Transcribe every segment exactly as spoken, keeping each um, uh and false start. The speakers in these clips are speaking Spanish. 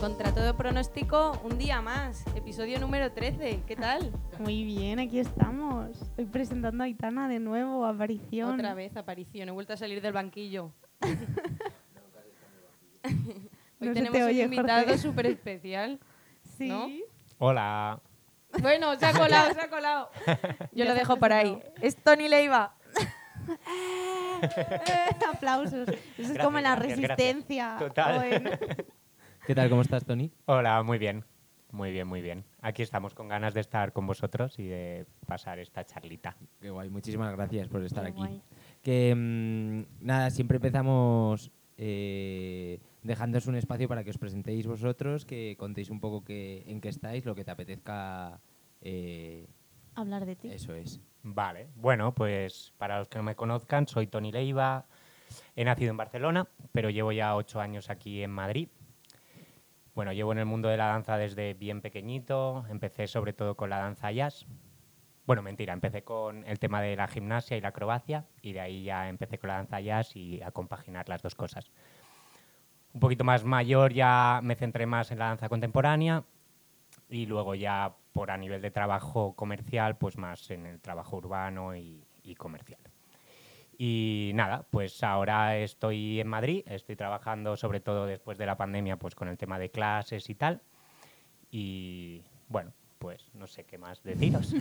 Contra todo pronóstico, un día más, episodio número trece. ¿Qué tal? Muy bien, aquí estamos. Estoy presentando a Aitana de nuevo, aparición. Otra vez aparición, he vuelto a salir del banquillo. Hoy No se tenemos te un oye, invitado Jorge. súper especial. Sí. ¿No? Hola. Bueno, se ha colado, se ha colado. Yo Ya lo se ha dejo para ahí. presentado. Es Toni Leiva. Eh, aplausos. Eso es Gracias, como en la gracias, resistencia. gracias. Total. o en- ¿Qué tal? ¿Cómo estás, Toni? Hola, muy bien. Muy bien, muy bien. Aquí estamos con ganas de estar con vosotros y de pasar esta charlita. Qué guay, muchísimas gracias por estar Qué aquí. guay. Que mm, nada, siempre empezamos eh, dejándoos un espacio para que os presentéis vosotros, que contéis un poco que, en qué estáis, lo que te apetezca. eh, Hablar de ti. eso es. Vale, bueno, pues para los que no me conozcan, soy Toni Leiva. He nacido en Barcelona, pero llevo ya ocho años aquí en Madrid. Bueno, llevo en el mundo de la danza desde bien pequeñito. Empecé sobre todo con la danza jazz. Bueno, mentira, empecé con el tema de la gimnasia y la acrobacia y de ahí ya empecé con la danza jazz y a compaginar las dos cosas. Un poquito más mayor ya me centré más en la danza contemporánea y luego ya por a nivel de trabajo comercial, pues más en el trabajo urbano y, y comercial. Y nada, pues ahora estoy en Madrid, estoy trabajando sobre todo después de la pandemia pues con el tema de clases y tal. Y bueno, pues no sé qué más deciros.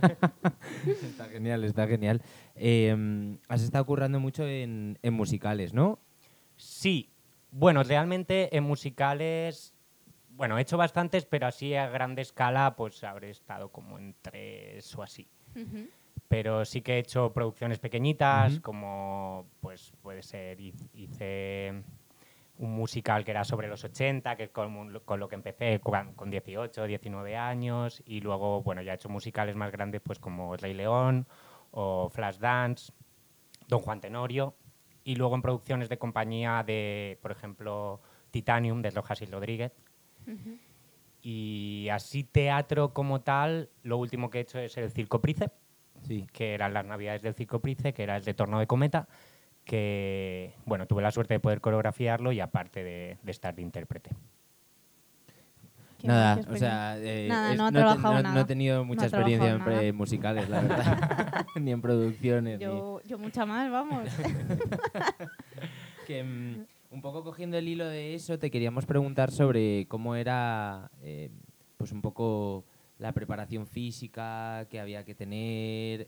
Está genial, está genial. Eh, has estado currando mucho en, en musicales, ¿no? Sí, bueno, realmente en musicales, bueno, he hecho bastantes, pero así a grande escala pues habré estado como en tres o así. Ujú. Pero sí que he hecho producciones pequeñitas, Ujú. como pues puede ser, hiz- hice un musical que era sobre los ochenta, que es con, con lo que empecé cuan- con dieciocho, diecinueve años, y luego, bueno, ya he hecho musicales más grandes pues como Rey León o Flashdance, Don Juan Tenorio, y luego en producciones de compañía de, por ejemplo, Titanium, de Rojas y Rodríguez. Ujú. Y así teatro como tal, lo último que he hecho es el Circo Price, Sí. que eran las navidades del Circo Price, que era el Retorno de Cometa, que, bueno, tuve la suerte de poder coreografiarlo y aparte de, de estar de intérprete. Qué Nada, guay, qué o sea, eh, Nada, es- no ha no, he te- trabajado no- nada. no he tenido mucha ha experiencia en trabajado pre- nada. musicales, la verdad, ni en producciones. ni- Yo, yo mucha más, vamos. Que, mm, un poco cogiendo el hilo de eso, te queríamos preguntar sobre cómo era, eh, pues un poco la preparación física que había que tener,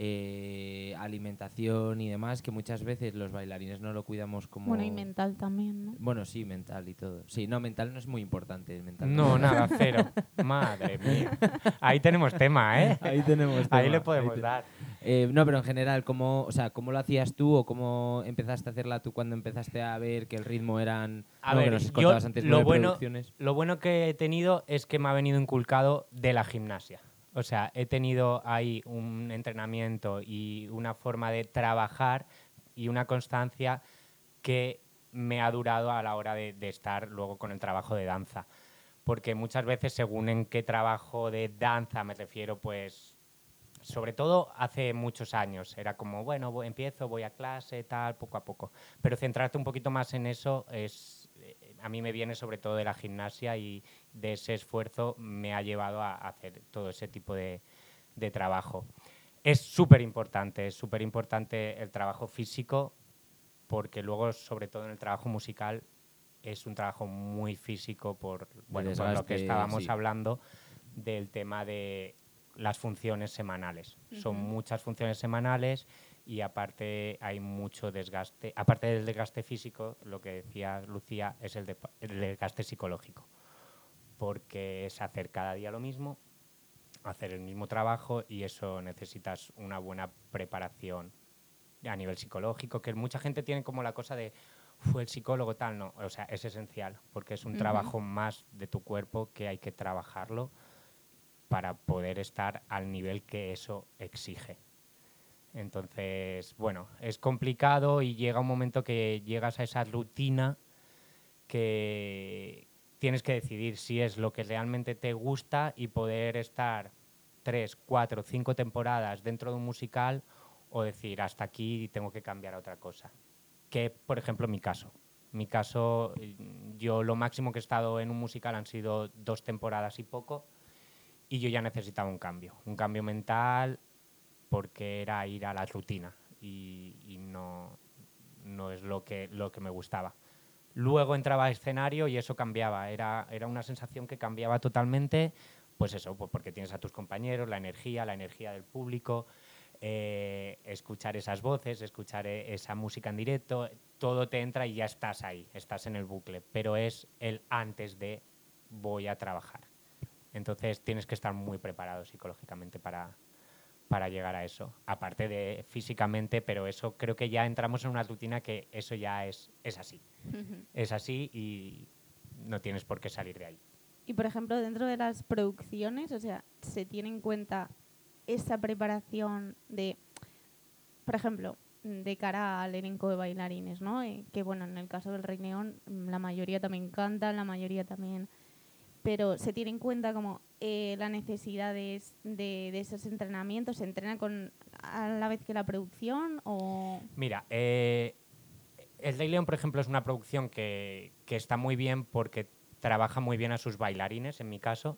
eh, alimentación y demás, que muchas veces los bailarines no lo cuidamos como... Bueno, y mental también, ¿no? Bueno, sí, mental y todo. Sí, no, mental no es muy importante. Mental No, tampoco. nada, cero. Madre mía. Ahí tenemos tema, ¿eh? Ahí tenemos Ahí tema, le podemos ahí te- dar. Eh, no, pero en general, ¿cómo, o sea, ¿cómo lo hacías tú o cómo empezaste a hacerla tú cuando empezaste a ver que el ritmo eran... A no, ver, que nos yo contabas antes lo nueve bueno, producciones. lo bueno que he tenido es que me ha venido inculcado de la gimnasia. O sea, he tenido ahí un entrenamiento y una forma de trabajar y una constancia que me ha durado a la hora de, de estar luego con el trabajo de danza. Porque muchas veces, según en qué trabajo de danza me refiero, pues sobre todo hace muchos años, era como, bueno, voy- empiezo, voy a clase, tal, poco a poco. Pero centrarte un poquito más en eso es, eh, a mí me viene sobre todo de la gimnasia y de ese esfuerzo me ha llevado a hacer todo ese tipo de, de trabajo. Es súper importante, es súper importante el trabajo físico porque luego, sobre todo en el trabajo musical, es un trabajo muy físico por, bueno, por lo que desgaste, estábamos sí. hablando del tema de las funciones semanales. Son Ujú. muchas funciones semanales y aparte hay mucho desgaste. Aparte del desgaste físico, lo que decía Lucía es el, de- el desgaste psicológico, porque es hacer cada día lo mismo, hacer el mismo trabajo y eso necesitas una buena preparación a nivel psicológico, que mucha gente tiene como la cosa de fue el psicólogo tal, no, o sea, es esencial porque es un Ujú. trabajo más de tu cuerpo que hay que trabajarlo para poder estar al nivel que eso exige. Entonces, bueno, es complicado y llega un momento que llegas a esa rutina que tienes que decidir si es lo que realmente te gusta y poder estar tres, cuatro, cinco temporadas dentro de un musical o decir hasta aquí y tengo que cambiar a otra cosa. Que, por ejemplo, en mi caso. mi caso, yo lo máximo que he estado en un musical han sido dos temporadas y poco, y yo ya necesitaba un cambio, un cambio mental, porque era ir a la rutina y, y no, no es lo que, lo que me gustaba. Luego entraba a escenario y eso cambiaba, era, era una sensación que cambiaba totalmente, pues eso, pues porque tienes a tus compañeros, la energía, la energía del público, eh, escuchar esas voces, escuchar eh, esa música en directo, todo te entra y ya estás ahí, estás en el bucle, pero es el antes de voy a trabajar. Entonces tienes que estar muy preparado psicológicamente para, para llegar a eso, aparte de físicamente, pero eso creo que ya entramos en una rutina que eso ya es, es así, es así y no tienes por qué salir de ahí. Y por ejemplo, dentro de las producciones, o sea, se tiene en cuenta esa preparación de, por ejemplo, de cara al elenco de bailarines, ¿no? Eh, que bueno, en el caso del Rey León, la mayoría también cantan, la mayoría también, pero se tiene en cuenta como eh, las necesidades de, de esos entrenamientos, ¿se entrena con a la vez que la producción o...? Mira, eh, el Rey León, por ejemplo, es una producción que, que está muy bien porque trabaja muy bien a sus bailarines, en mi caso.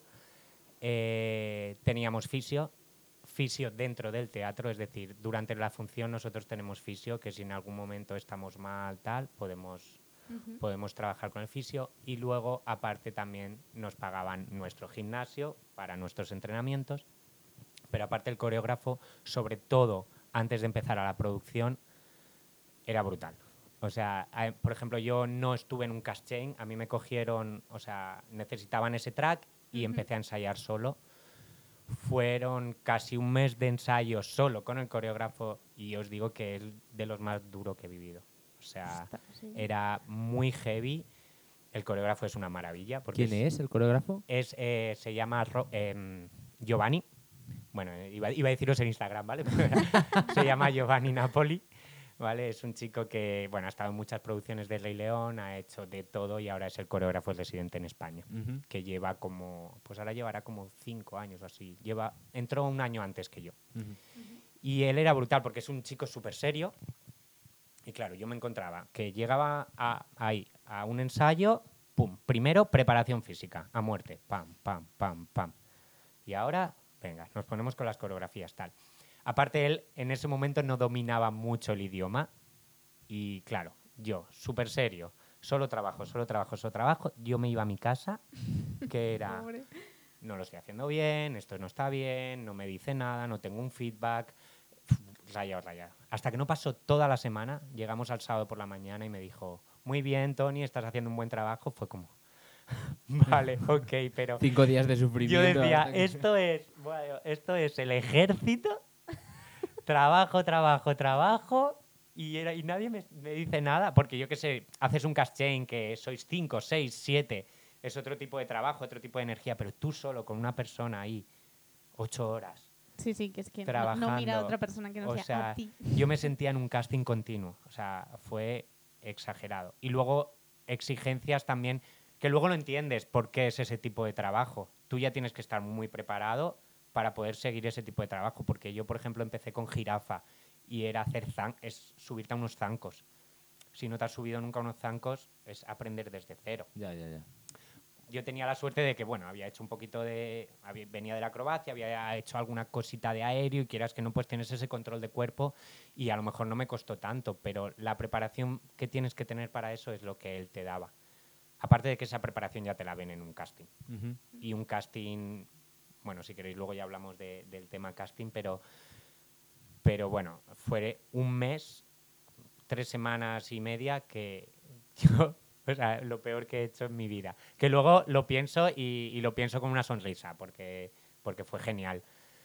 Eh, teníamos fisio, fisio dentro del teatro, es decir, durante la función nosotros tenemos fisio, que si en algún momento estamos mal, tal, podemos, uh-huh. podemos trabajar con el fisio, y luego, aparte, también nos pagaban nuestro gimnasio para nuestros entrenamientos, pero aparte el coreógrafo, sobre todo antes de empezar a la producción, era brutal. O sea, por ejemplo, yo no estuve en un cast chain, a mí me cogieron, o sea, necesitaban ese track y uh-huh. empecé a ensayar solo. Fueron casi un mes de ensayo solo con el coreógrafo y os digo que es de los más duros que he vivido. O sea, Está, sí. era muy heavy. El coreógrafo es una maravilla. Porque ¿Quién es, es el coreógrafo? Es, eh, se llama Ro- eh, Giovanni. Bueno, iba, iba a deciros en Instagram, ¿vale? Se llama Giovanni Napoli. ¿Vale? Es un chico que bueno, ha estado en muchas producciones de Rey León, ha hecho de todo y ahora es el coreógrafo residente en España, uh-huh. que lleva como, pues ahora llevará como cinco años o así. Lleva, entró un año antes que yo. Uh-huh. Uh-huh. Y él era brutal porque es un chico súper serio. Y claro, yo me encontraba que llegaba a, ahí a un ensayo, pum, primero preparación física, a muerte, pam, pam, pam, pam. Y ahora, venga, nos ponemos con las coreografías, tal. Aparte, él en ese momento no dominaba mucho el idioma y, claro, yo, súper serio, solo trabajo, solo trabajo, solo trabajo. Yo me iba a mi casa, que era, no lo estoy haciendo bien, esto no está bien, no me dice nada, no tengo un feedback, rayado, rayado. Hasta que no pasó toda la semana, llegamos al sábado por la mañana y me dijo, muy bien, Tony, estás haciendo un buen trabajo. Fue como... Vale, ok, pero... Cinco días de sufrimiento. Yo decía, esto es, bueno, esto es el ejército... Trabajo, trabajo, trabajo y, era, y nadie me, me dice nada, porque yo qué sé, haces un cast chain que sois cinco, seis, siete, es otro tipo de trabajo, otro tipo de energía, pero tú solo con una persona ahí, ocho horas. Sí, sí, que es que trabajando, no, no mira a otra persona que no o sea, sea a ti. Yo me sentía en un casting continuo, o sea, fue exagerado. Y luego exigencias también, que luego lo entiendes por qué es ese tipo de trabajo. Tú ya tienes que estar muy preparado para poder seguir ese tipo de trabajo, porque yo, por ejemplo, empecé con jirafa y era hacer zan- es subirte a unos zancos. Si no te has subido nunca a unos zancos, es aprender desde cero. Ya, ya, ya. Yo tenía la suerte de que, bueno, había hecho un poquito de... Había, venía de la acrobacia, había hecho alguna cosita de aéreo y quieras que no, pues tienes ese control de cuerpo y a lo mejor no me costó tanto, pero la preparación que tienes que tener para eso es lo que él te daba. Aparte de que esa preparación ya te la ven en un casting. Uh-huh. Y un casting... Bueno, si queréis luego ya hablamos de, del tema casting, pero, pero bueno, fue un mes, tres semanas y media que yo, o sea, lo peor que he hecho en mi vida. Que luego lo pienso y, y lo pienso con una sonrisa, porque, porque fue genial.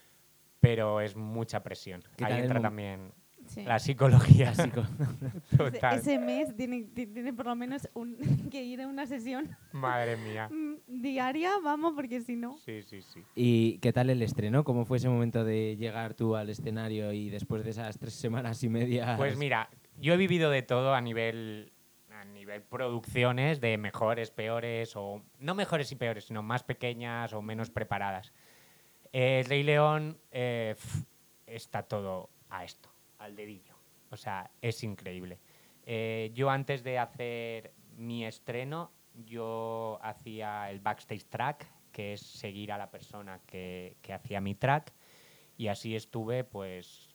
Pero es mucha presión. Ahí entra también sí. la psicología. La psico- Total. Ese mes tiene, tiene por lo menos un, que ir a una sesión. Madre mía. Diaria, vamos, porque si no... Sí, sí, sí. ¿Y qué tal el estreno? ¿Cómo fue ese momento de llegar tú al escenario y después de esas tres semanas y media? Pues mira, yo he vivido de todo a nivel... a nivel producciones, de mejores, peores, o no mejores y peores, sino más pequeñas o menos preparadas. El Rey León eh, pf, está todo a esto, al dedillo. O sea, es increíble. Eh, yo antes de hacer, mi estreno yo hacía el backstage track, que es seguir a la persona que, que hacía mi track, y así estuve, pues,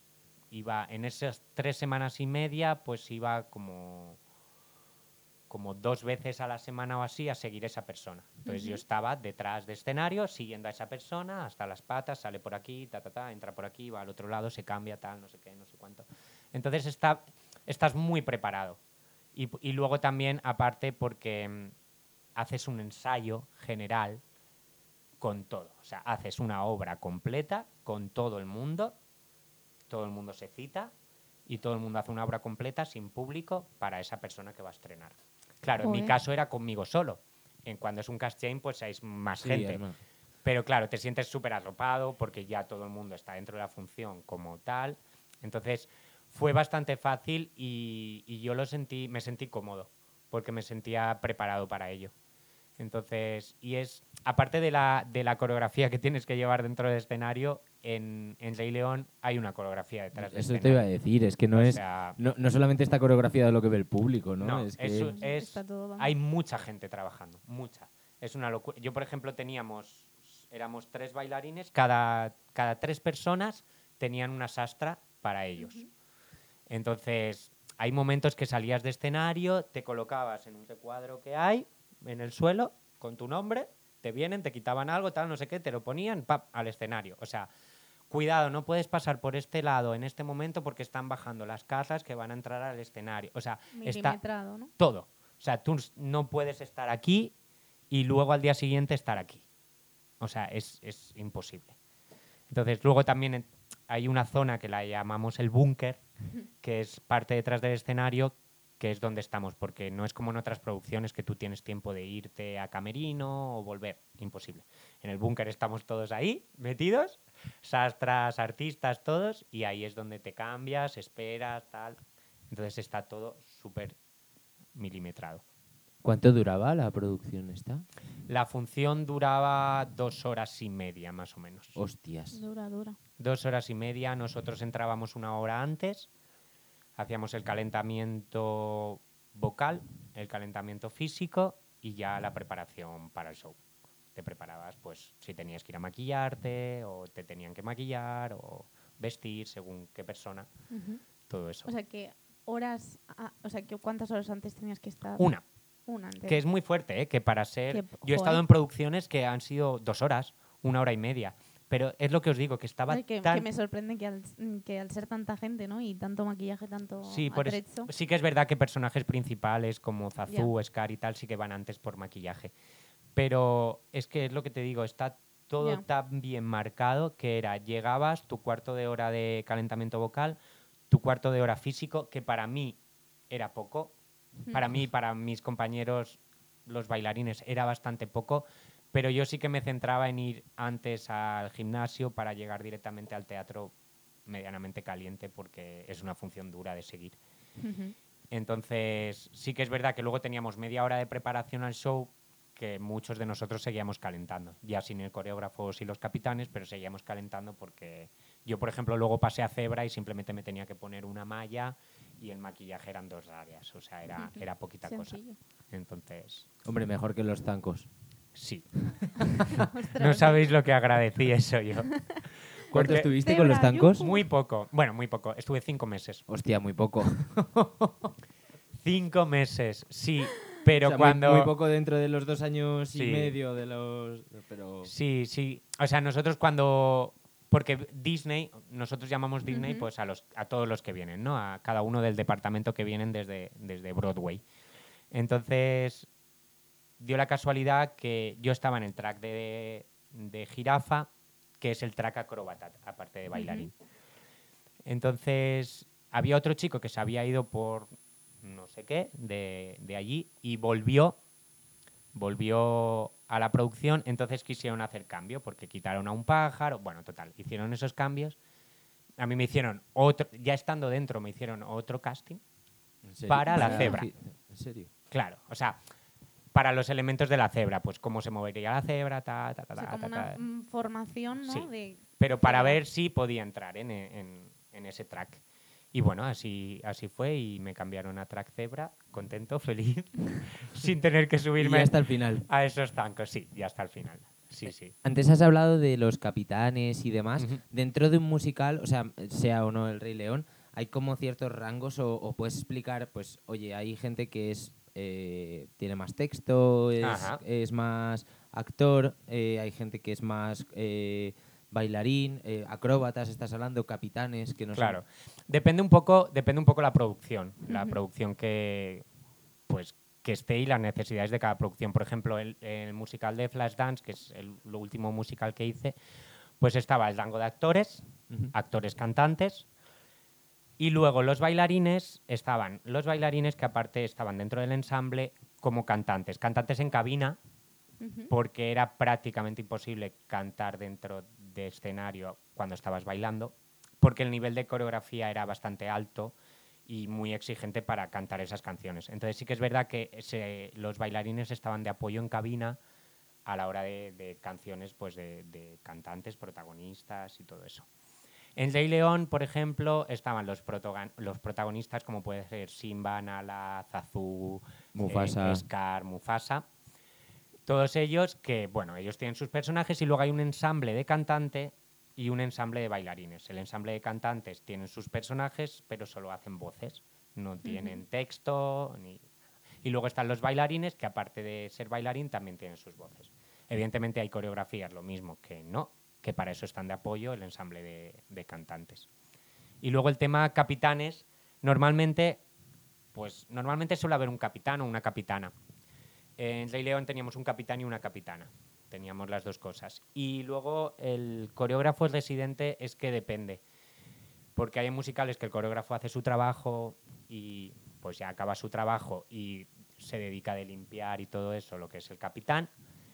iba en esas tres semanas y media, pues iba como, como dos veces a la semana o así a seguir a esa persona. Entonces uh-huh. yo estaba detrás de escenario siguiendo a esa persona hasta las patas, sale por aquí, ta, ta, ta, entra por aquí, va al otro lado, se cambia, tal, no sé qué, no sé cuánto. Entonces está, estás muy preparado. Y, y luego también, aparte, porque mmm, haces un ensayo general con todo. O sea, haces una obra completa con todo el mundo, todo el mundo se cita y todo el mundo hace una obra completa sin público para esa persona que va a estrenar. Claro, Joder. En mi caso era conmigo solo. En cuando es un cast chain, pues hay más sí, gente. Hermano. Pero claro, te sientes súper arropado porque ya todo el mundo está dentro de la función como tal. Entonces, fue bastante fácil y, y yo lo sentí, me sentí cómodo porque me sentía preparado para ello. Entonces, y es, aparte de la, de la coreografía que tienes que llevar dentro del escenario, en, en Rey León hay una coreografía detrás del escenario. Eso te iba a decir, es que no o es sea, no, no solamente esta coreografía de lo que ve el público, ¿no? No, es que eso es, hay mucha gente trabajando, mucha. Es una locura. Yo, por ejemplo, teníamos, éramos tres bailarines, cada, cada tres personas tenían una sastra para ellos. Uh-huh. Entonces, hay momentos que salías de escenario, te colocabas en un recuadro que hay, en el suelo, con tu nombre, te vienen, te quitaban algo, tal, no sé qué, te lo ponían, pap, al escenario. O sea, cuidado, no puedes pasar por este lado en este momento porque están bajando las casas que van a entrar al escenario. O sea, está ¿no? todo. O sea, tú no puedes estar aquí y luego al día siguiente estar aquí. O sea, es, es imposible. Entonces, luego también hay una zona que la llamamos el búnker, que es parte detrás del escenario, que es donde estamos, porque no es como en otras producciones que tú tienes tiempo de irte a camerino o volver, imposible. En el búnker estamos todos ahí, metidos, sastras, artistas, todos, y ahí es donde te cambias, esperas, tal. Entonces está todo súper milimetrado. ¿Cuánto duraba la producción esta? La función duraba dos horas y media, más o menos. Hostias. Dura, dura. Dos horas y media, nosotros entrábamos una hora antes, hacíamos el calentamiento vocal, el calentamiento físico y ya la preparación para el show. Te preparabas, pues, si tenías que ir a maquillarte o te tenían que maquillar o vestir según qué persona, uh-huh. todo eso. O sea, que horas, ah, o sea, que ¿cuántas horas antes tenías que estar? Una. Una antes. Que es muy fuerte, ¿eh? Que para ser... Que, yo he joder. estado en producciones que han sido dos horas, una hora y media. Pero es lo que os digo, que estaba Ay, que, tan... que me sorprende que al, que al ser tanta gente, ¿no? Y tanto maquillaje, tanto sí, por atrecho... es, sí que es verdad que personajes principales como Zazu, yeah. Scar y tal sí que van antes por maquillaje. Pero es que es lo que te digo, está todo yeah. tan bien marcado que era, llegabas, tu cuarto de hora de calentamiento vocal, tu cuarto de hora físico, que para mí era poco. Mm. Para mí y para mis compañeros, los bailarines, era bastante poco. Pero yo sí que me centraba en ir antes al gimnasio para llegar directamente al teatro medianamente caliente porque es una función dura de seguir. Uh-huh. Entonces, sí que es verdad que luego teníamos media hora de preparación al show que muchos de nosotros seguíamos calentando. Ya sin el coreógrafo y los capitanes, pero seguíamos calentando porque yo, por ejemplo, luego pasé a cebra y simplemente me tenía que poner una malla y el maquillaje eran dos áreas. O sea, era, uh-huh. era poquita Sencillo. cosa. Entonces... Hombre, mejor que los zancos. Sí. No sabéis lo que agradecí eso yo. ¿Cuánto estuviste con los zancos? Muy poco. Bueno, muy poco. Estuve cinco meses. Hostia, muy poco. Cinco meses, sí. Pero o sea, cuando... Muy, muy poco dentro de los dos años sí. y medio de los... Pero... Sí, sí. O sea, nosotros cuando... Porque Disney, nosotros llamamos Disney uh-huh. pues a, los, a todos los que vienen, ¿no? A cada uno del departamento que vienen desde, desde Broadway. Entonces... dio la casualidad que yo estaba en el track de, de jirafa, que es el track acróbata, aparte de bailarín. Uh-huh. Entonces, había otro chico que se había ido por no sé qué, de, de allí, y volvió, volvió a la producción, entonces quisieron hacer cambio, porque quitaron a un pájaro, bueno, total, hicieron esos cambios. A mí me hicieron otro, ya estando dentro, me hicieron otro casting para la cebra. ¿En serio? Claro, o sea... para los elementos de la cebra, pues cómo se movería la cebra, ta, ta, ta, o sea, ta, como ta, una ta. formación, ¿no? Sí, de pero para cebra. ver si podía entrar en, en, en ese track. Y bueno, así, así fue y me cambiaron a Track Zebra, contento, feliz, sin tener que Y subirme ya hasta el final. a esos zancos. Sí, ya hasta el final. Sí, sí. Antes has hablado de los capitanes y demás. Ujú. Dentro de un musical, o sea, sea o no El Rey León, hay como ciertos rangos o, o puedes explicar, pues, oye, hay gente que es eh, tiene más texto, es, Ajá. es más actor, eh, hay gente que es más eh, bailarín, eh, acróbatas, estás hablando, capitanes, que no sé. Claro. Depende un poco, depende un poco la producción. La Ujú. producción que pues que esté y las necesidades de cada producción. Por ejemplo, el, el musical de Flashdance, que es el, lo último musical que hice, pues estaba el rango de actores, Ujú. actores cantantes, y luego los bailarines, estaban los bailarines que aparte estaban dentro del ensamble como cantantes, cantantes en cabina, Ujú. porque era prácticamente imposible cantar dentro de escenario cuando estabas bailando, porque el nivel de coreografía era bastante alto y muy exigente para cantar esas canciones. Entonces sí que es verdad que ese- los bailarines estaban de apoyo en cabina a la hora de, de canciones pues de, de cantantes, protagonistas y todo eso. En Rey León, por ejemplo, estaban los, protogan- los protagonistas como puede ser Simba, Nala, Zazu, Mufasa. eh, Scar, Mufasa. Todos ellos que, bueno, ellos tienen sus personajes y luego hay un ensamble de cantante y un ensamble de bailarines. El ensamble de cantantes tienen sus personajes, pero solo hacen voces, no tienen texto. Ni... Y luego están los bailarines, que aparte de ser bailarín, también tienen sus voces. Evidentemente hay coreografías, lo mismo que no, que para eso están de apoyo el ensamble de, de cantantes. Y luego el tema capitanes, normalmente, pues normalmente suele haber un capitán o una capitana. En Rey León teníamos un capitán y una capitana. Teníamos las dos cosas. Y luego el coreógrafo es residente, es que depende. Porque hay musicales que el coreógrafo hace su trabajo y pues ya acaba su trabajo y se dedica de limpiar y todo eso, lo que es el capitán.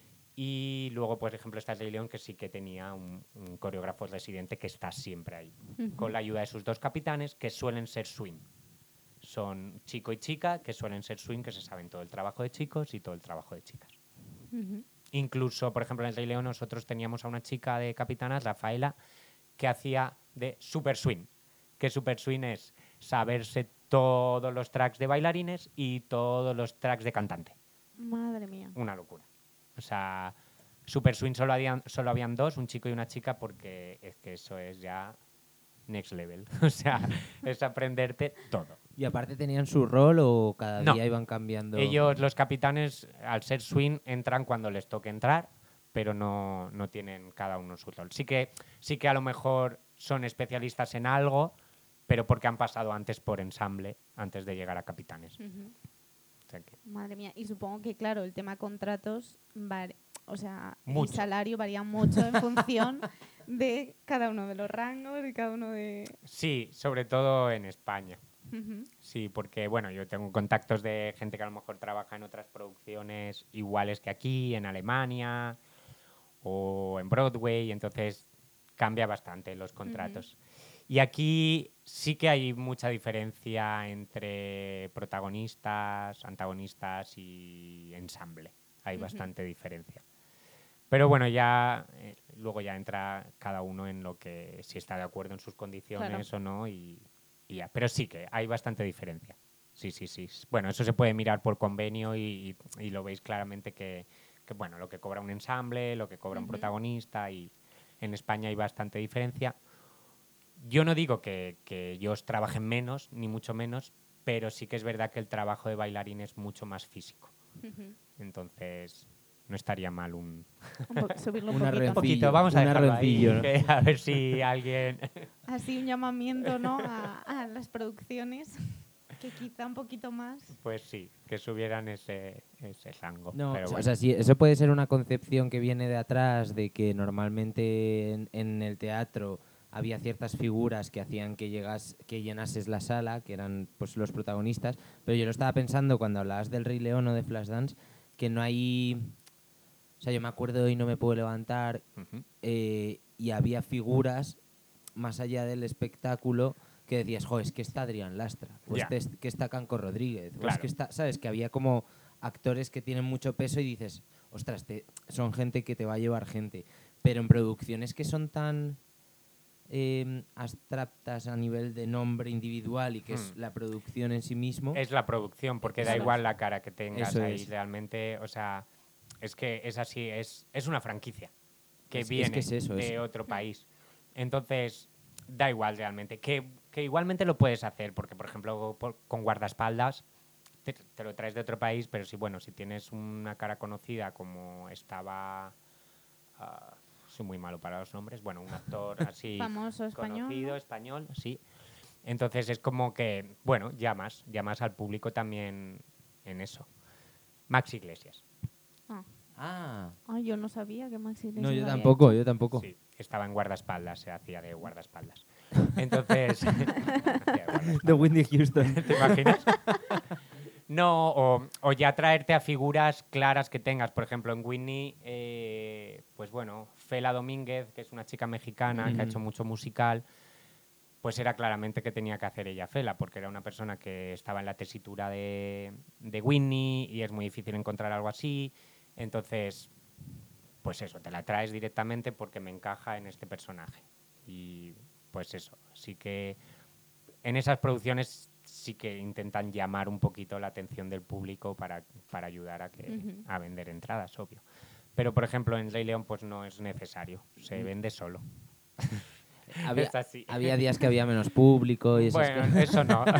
Y luego, por ejemplo, está el Rey León, que sí que tenía un, un coreógrafo residente que está siempre ahí, Ujú. con la ayuda de sus dos capitanes, que suelen ser swing. Son chico y chica, que suelen ser swing, que se saben todo el trabajo de chicos y todo el trabajo de chicas. Ujú. Incluso, por ejemplo, en el Rey León nosotros teníamos a una chica de capitana, Rafaela, que hacía de super swing. Que super swing es saberse todos los tracks de bailarines y todos los tracks de cantante. Madre mía. Una locura. O sea, super swing solo habían, solo habían dos, un chico y una chica, porque es que eso es ya next level. O sea, es aprenderte todo. ¿Y aparte tenían su rol o cada No. día iban cambiando? Ellos, los capitanes, al ser swing, entran cuando les toque entrar, pero no, no tienen cada uno su rol. Sí que, sí que a lo mejor son especialistas en algo, pero porque han pasado antes por ensamble, antes de llegar a capitanes. Ujú. O sea que- Madre mía. Y supongo que, claro, el tema contratos, var- o sea, Mucho. el salario varía mucho en función de cada uno de los rangos y cada uno de... Sí, sobre todo en España. Ujú. Sí, porque bueno, yo tengo contactos de gente que a lo mejor trabaja en otras producciones iguales que aquí, en Alemania o en Broadway, entonces cambia bastante los contratos. Y aquí sí que hay mucha diferencia entre protagonistas, antagonistas y ensamble. Hay Ujú. bastante diferencia. Pero bueno, ya eh, luego ya entra cada uno en lo que si está de acuerdo en sus condiciones o no y, y ya. Pero sí que hay bastante diferencia. Sí, sí, sí. Bueno, eso se puede mirar por convenio y, y- y lo veis claramente que, que, bueno, lo que cobra un ensamble, lo que cobra un Ujú. protagonista y en España hay bastante diferencia. Yo no digo que, que ellos trabajen menos, ni mucho menos, pero sí que es verdad que el trabajo de bailarín es mucho más físico. Ujú. Entonces, no estaría mal un, Un po- subirlo un Un poquito. arrencillo. un poquito, vamos a Un dejarlo arrencillo, ahí, ¿no? que a ver si alguien... Así un llamamiento, ¿no? A, a las producciones, que quizá un poquito más. Pues sí, que subieran ese, ese rango. No, pero o bueno. sea, sí, eso puede ser una concepción que viene de atrás, de que normalmente en, en el teatro había ciertas figuras que hacían que llegas, que llenases la sala, que eran pues los protagonistas, pero yo lo estaba pensando cuando hablabas del Rey León o de Flashdance, que no hay... O sea, yo me acuerdo y no me puedo levantar, Ujú. eh, y había figuras más allá del espectáculo que decías, jo, es que está Adrián Lastra, o Ya. este es que está Canco Rodríguez, o es Claro. que está, ¿sabes? Que había como actores que tienen mucho peso y dices, ostras, te- son gente que te va a llevar gente. Pero en producciones que son tan eh, abstractas a nivel de nombre individual y que es Hmm. la producción en sí mismo. Es la producción, porque da Eso igual es. la cara que tengas Eso ahí es. realmente. O sea, es que es así, es, es una franquicia que Es- es viene que es eso, de es- otro país. Entonces, da igual realmente. Que, que igualmente lo puedes hacer, porque por ejemplo por- con guardaespaldas te, te lo traes de otro país, pero si bueno, si tienes una cara conocida como estaba... ah, soy muy malo para los nombres. Bueno, un actor así Famoso español, conocido, ¿no? español, sí. Entonces es como que, bueno, llamas, llamas al público también en eso. Max Iglesias. Ah. Ah, Ay, yo no sabía que Maxi no, Iglesias yo había tampoco, hecho. yo tampoco. Sí, estaba en guardaespaldas, se hacía de guardaespaldas. Entonces, hacía de guardaespaldas. De Whitney Houston. ¿Te imaginas? No, o, o ya traerte a figuras claras que tengas. Por ejemplo, en Whitney, eh, pues bueno, Fela Domínguez, que es una chica mexicana que ha Ujú. hecho mucho musical, pues era claramente que tenía que hacer ella Fela, porque era una persona que estaba en la tesitura de, de Whitney y es muy difícil encontrar algo así. Entonces, pues eso, te la traes directamente porque me encaja en este personaje. Y pues eso, sí que en esas producciones sí que intentan llamar un poquito la atención del público para, para ayudar a, que, Ujú. a vender entradas, obvio. Pero, por ejemplo, en Rey León pues no es necesario, se Mm. vende solo. Había, Es así. había días que había menos público y esas Bueno, cosas. eso no.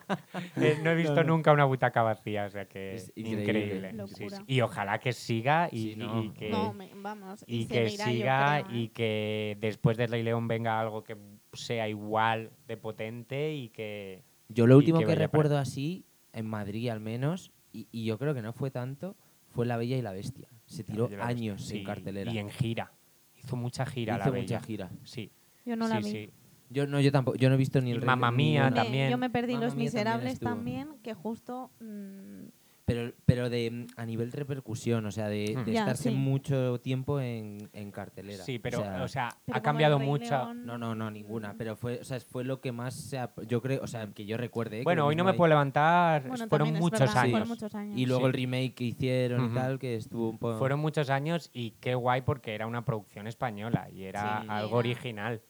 Eh, no he visto No, no. nunca una butaca vacía, o sea que Es increíble. increíble. Sí, Locura. sí. Y ojalá que siga y, Sí, no. y que, No, me- vamos. y Y, que seguirá, yo siga creo, ¿eh? y que después de Rey León venga algo que sea igual de potente y que... Yo lo y último que que, vaya para- recuerdo así, en Madrid al menos, y, y yo creo que no fue tanto, fue La Bella y la Bestia. Se tiró La Bella y la años Bestia. en Sí, cartelera. Y en gira. Hizo mucha gira Hizo la mucha Bella. gira. Sí. Yo no sí, la vi. sí. Yo no, yo tampoco, yo no he visto ni Y el Rey Mamma León, Mía ninguna. Me- también. yo me perdí Mamma Los Mía también Miserables estuvo. también, que justo... mm, Pero, pero de mm, a nivel repercusión, o sea, de, Hmm. de Ya, estarse sí. mucho tiempo en, en cartelera. Sí, pero, o sea, pero ha como cambiado el Rey mucho. León, no, no, no, ninguna. mm, Pero fue, o sea, fue lo que más se ha- yo creo, o sea, que yo recuerde. ¿eh? Que Bueno, lo hoy no mismo me hay- puedo levantar. Bueno, fueron también es muchos verdad, años. fueron muchos años. Y luego Sí. el remake que hicieron Ujú. y tal, que estuvo un poco. Fueron muchos años y qué guay porque era una producción española y era Sí. algo Era. original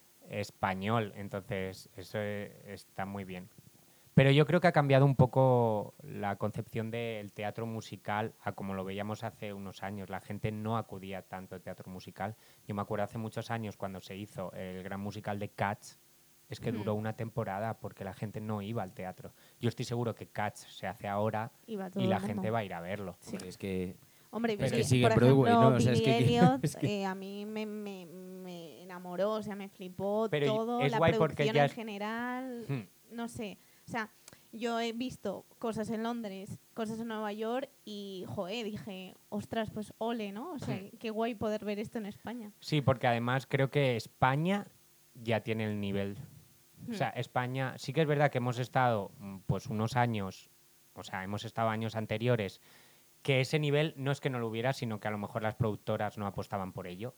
español. Entonces, eso eh, está muy bien. Pero yo creo que ha cambiado un poco la concepción del teatro musical a como lo veíamos hace unos años. La gente no acudía tanto al teatro musical. Yo me acuerdo hace muchos años cuando se hizo el gran musical de Cats, es que duró Hmm. una temporada porque la gente no iba al teatro. Yo estoy seguro que Cats se hace ahora iba todo y la el mundo. gente va a ir a verlo. Sí. Hombre, es que Hombre, Pero Billie- es que sigue por en Broadway, ejemplo, ¿no? O sea, es Billie que- Elliot, es que- eh, a mí me, me, me enamoró, o sea, me flipó Pero y- todo, es la guay porque producción ya en es- general, Hmm. no sé, o sea, yo he visto cosas en Londres, cosas en Nueva York y, joder, dije, ostras, pues ole, ¿no? O sea, Hmm. qué guay poder ver esto en España. Sí, porque además creo que España ya tiene el nivel. O Hmm. sea, España, sí que es verdad que hemos estado mm, pues unos años, o sea, hemos estado años anteriores, que ese nivel no es que no lo hubiera, sino que a lo mejor las productoras no apostaban por ello.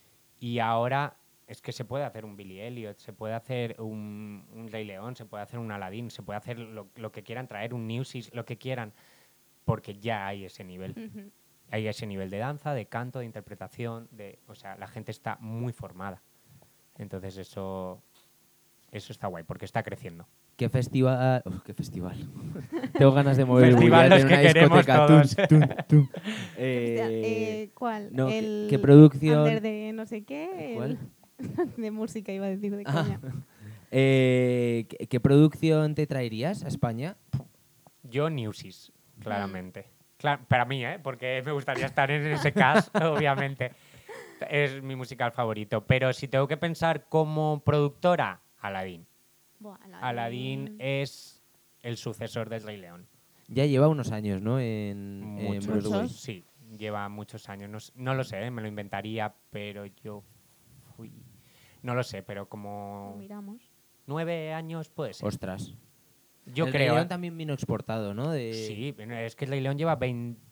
Y ahora es que se puede hacer un Billy Elliot, se puede hacer un, un Rey León, se puede hacer un Aladdin, se puede hacer lo, lo que quieran traer, un Newsies, lo que quieran, porque ya hay ese nivel. Ujú. Hay ese nivel de danza, de canto, de interpretación, de, o sea, la gente está muy formada. Entonces eso, eso está guay, porque está creciendo. ¿Qué festival? Uf, ¿Qué festival? Tengo ganas de mover el Festival bullete los en que una queremos discoteca. todos. Tum, tum, tum. Hostia, Eh, eh, ¿Cuál? no, ¿qué- el qué producción? Under de no sé qué. ¿Cuál? el- de música iba a decir, de Ah. coña. eh, ¿qué, qué producción te traerías a España? Yo Newsies, Mm. claramente. Cla- para mí, ¿eh? Porque me gustaría estar en ese cast, obviamente. Es mi musical favorito. Pero si tengo que pensar como productora, Aladdin. Buah, Aladdin. Aladdin es el sucesor del Rey León. Ya lleva unos años, ¿no? En, en Muchos, Broadway. Muchos. sí, lleva muchos años. No, s- no lo sé, ¿eh? Me lo inventaría, pero yo fui... No lo sé, pero Lo como miramos. nueve años puede ser. Ostras. Yo el creo. Rey León ¿eh? también vino exportado, ¿no? De... Sí, pero es que el Rey León lleva veinte...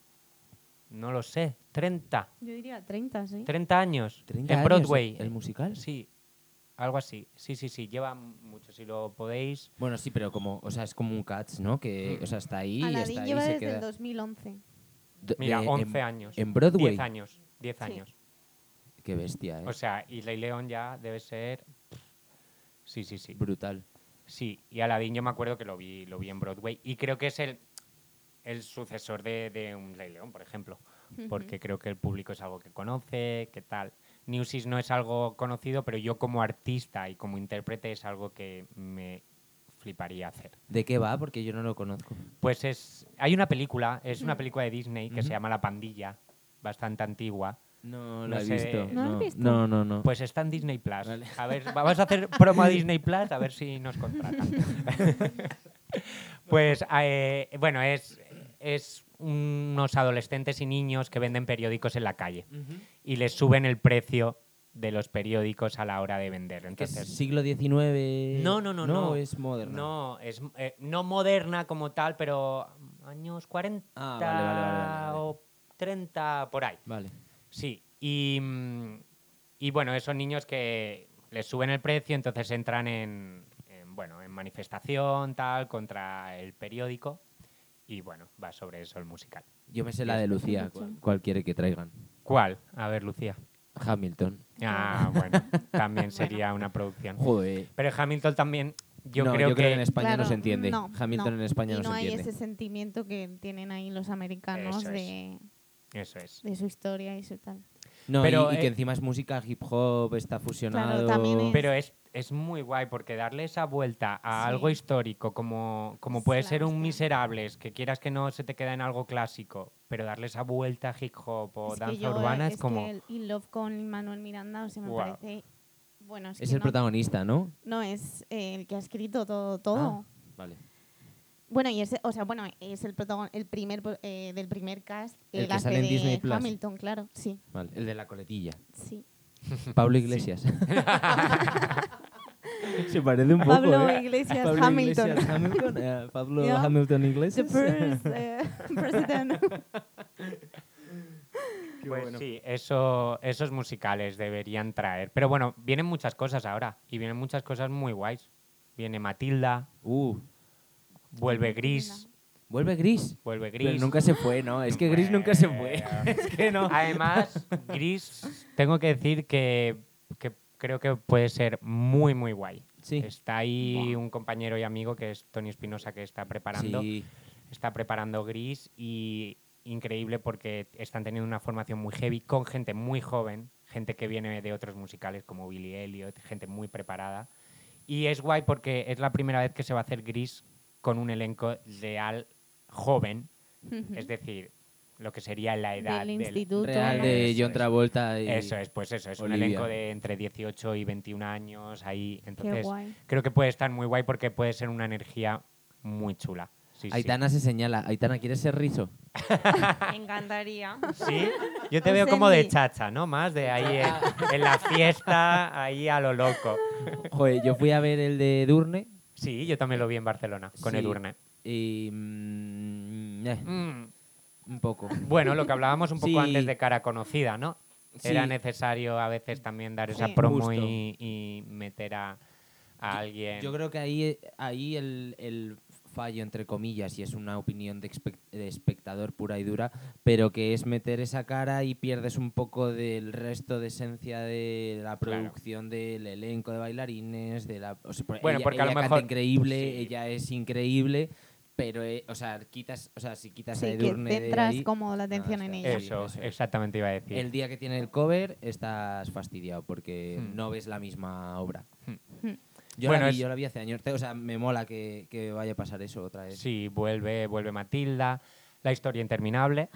No lo sé, treinta. Yo diría treinta, sí. treinta años treinta en años, Broadway. ¿El musical? Sí, algo así. Sí, sí, sí, lleva mucho. Si lo podéis... Bueno, sí, pero como, o sea, es como un Cats, ¿no? Que, o sea, está ahí, Aladdin está ahí, lleva se desde queda. el dos mil once. D- Mira, de- once en, años. en Broadway. diez años. diez Sí. años. Qué bestia, ¿eh? O sea, y Rey León ya debe ser... Sí, sí, sí. Brutal. Sí, y Aladdin yo me acuerdo que lo vi, lo vi en Broadway y creo que es el, el sucesor de, de un Rey León, por ejemplo, porque creo que el público es algo que conoce, que tal. Newsies no es algo conocido, pero yo como artista y como intérprete es algo que me fliparía hacer. ¿De qué va? Porque yo no lo conozco. Pues es, hay una película, es una película de Disney que Ujú. se llama La Pandilla, bastante antigua. No No lo he sé- visto. ¿No has visto? No, no, no. Pues está en Disney Plus. Vale. A ver, vamos a hacer promo a Disney Plus a ver si nos contratan. Pues eh, bueno, es, es unos adolescentes y niños que venden periódicos en la calle Ujú. y les suben el precio de los periódicos a la hora de vender. ¿Que es Entonces, siglo diecinueve? No, no, no, no. es moderno. no, es eh, no moderna como tal, pero años cuarenta Ah, vale, vale, vale, vale, vale. o treinta por ahí. Vale. Sí, y, mm, y bueno, esos niños que les suben el precio, entonces entran en, en, bueno, en manifestación tal contra el periódico y bueno, va sobre eso el musical. Yo me sé la de Lucía. Mucho. ¿Cuál, cuál quiere que traigan? ¿Cuál? A ver, Lucía. Hamilton. Ah, bueno, también sería una producción. Joder. Pero Hamilton también, yo no, creo yo que... creo que en España no Claro, se entiende. no, Hamilton no. en España y no, no se hay entiende. ese sentimiento que tienen ahí los americanos Eso es. de, Eso es. de su historia y su tal. No, Pero, y, y que eh, encima es música hip hop, está fusionado. también es- Pero es, es muy guay porque darle esa vuelta a Sí. algo histórico como, como Es puede la ser un hostia. Miserables, que quieras que no se te queda en algo clásico, pero darle esa vuelta a hip hop o Es que danza yo, urbana es es como... que el In Love con Manuel Miranda, o sea, me Guau. parece... Bueno, es, Es que el no, protagonista, ¿no? no es eh, el que ha escrito todo. todo. Ah, vale. Bueno, y es, o sea, bueno, es el protagon- el primer eh, del primer cast, El el, que hace sale en de Disney Plus. Hamilton, claro, sí, Vale. El de la coletilla. sí. Pablo Iglesias. Se parece un poco, Pablo ¿eh? Iglesias Pablo Hamilton. Iglesias Hamilton. eh, Pablo Yeah. Hamilton The Iglesias. first eh, president. Pues sí, eso, esos musicales deberían traer. Pero bueno, vienen muchas cosas ahora y vienen muchas cosas muy guays. Viene Matilda, Uh, vuelve Gris, vuelve Gris. vuelve Gris. Pero nunca se fue, ¿no? Es que Gris nunca se fue. Es que no. Además, Gris, tengo que decir que, que creo que puede ser muy, muy guay. Sí. Está ahí Buah. un compañero y amigo que es Tony Espinosa que está preparando, Sí. está preparando Gris y increíble porque están teniendo una formación muy heavy con gente muy joven, gente que viene de otros musicales como Billy Elliot, gente muy preparada. Y es guay porque es la primera vez que se va a hacer Gris con un elenco real joven, es decir, lo que sería la edad Del del- instituto. Real ¿no? de Eso John es. Travolta y... Eso es, pues eso, es un Olivia. elenco de entre dieciocho y veintiún años ahí. Qué Entonces, guay. creo que puede estar muy guay porque puede ser una energía muy chula. Sí, sí. Aitana se señala. Aitana, ¿quieres ser rizo? Me encantaría. ¿Sí? Yo te No veo sé como de ni- chacha, ¿no? Más de ahí en, en la fiesta, ahí a lo loco. Joder, yo fui a ver el de Edurne Sí, yo también lo vi en Barcelona, con Sí. Edurne. y... mm, eh, Mm, un poco. Bueno, lo que hablábamos un poco Sí. antes de cara conocida, ¿no? Era Sí. necesario a veces también dar esa Sí. promo Justo. y, y meter a, a alguien. Yo creo que ahí, ahí el, el fallo, entre comillas, y es una opinión de, expec- de espectador pura y dura, pero que es meter esa cara y pierdes un poco del resto de esencia de la Claro. producción del elenco de bailarines, de la... o sea, por- Bueno, ella, porque a lo ella canta mejor- increíble, sí. ella es increíble, pero, eh, o sea, quitas, o sea, si quitas a Sí, que Edurne de centras ahí, como la atención nada, en está- ella. sí, Eso, eso es. exactamente iba a decir. el día que tiene el cover estás fastidiado porque Hmm. no ves la misma obra. Hmm. Hmm. Yo, Bueno, la vi, es- yo la vi hace años. O sea, me mola que, que vaya a pasar eso otra vez. Sí, vuelve, vuelve Matilda, La historia interminable,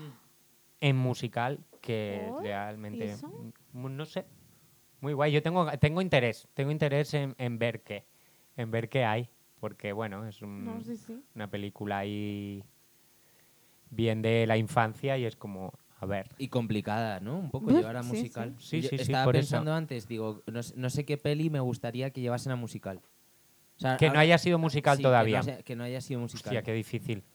en musical, que ¿Por? realmente, ¿Y eso? mm, no sé, muy guay. Yo tengo, tengo interés, tengo interés en, en ver qué, en ver qué hay, porque bueno, es un- No, sí, sí. una película ahí bien de la infancia y es como, a ver, Y complicada, ¿no? Un poco Buf, llevar a sí, musical. sí. Sí, Yo sí, sí, Estaba por pensando eso. antes, digo, no, sé- no sé qué peli me gustaría que llevasen a musical. O sea, que no ahora- haya sido musical sí, que todavía. no sea- que no haya sido musical. Hostia, qué difícil.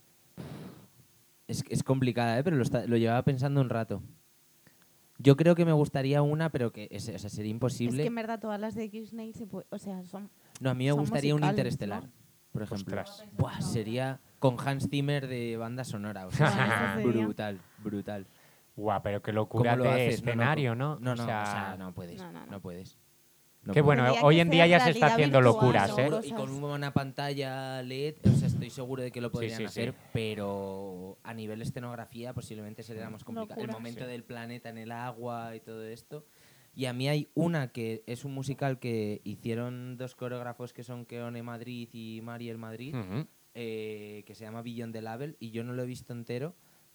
Es, es complicada, ¿eh? Pero lo, está- lo llevaba pensando un rato. Yo creo que me gustaría una, pero que es- o sea, sería Es imposible. que en verdad todas las de Disney se puede, o sea, son No, a mí me son gustaría un musicales, Interestelar, ¿no? por ejemplo. Ostras. Buah, sería con Hans Zimmer de banda sonora. O sea, Bueno, eso sería sería. brutal, brutal. Guau, pero qué locura ¿Cómo lo de haces? No, no, escenario, ¿no? No, no, O o sea, sea, no puedes. No, no, no. No puedes. No que puedes. bueno, Tendría hoy que en día ser ya se está realidad haciendo virtual, locuras, ¿no? ¿eh? Seguro, y Cosas. con una pantalla L E D, o sea, estoy seguro de que lo podrían sí, sí. hacer, pero a nivel escenografía posiblemente sería más complicado. El Locura. momento Sí. del planeta en el agua y todo esto. Y a mí hay una que es un musical que hicieron dos coreógrafos que son Keone Madrid y Mariel Madrid, Ujú. eh, que se llama Beyond the Label, y yo no lo he visto entero,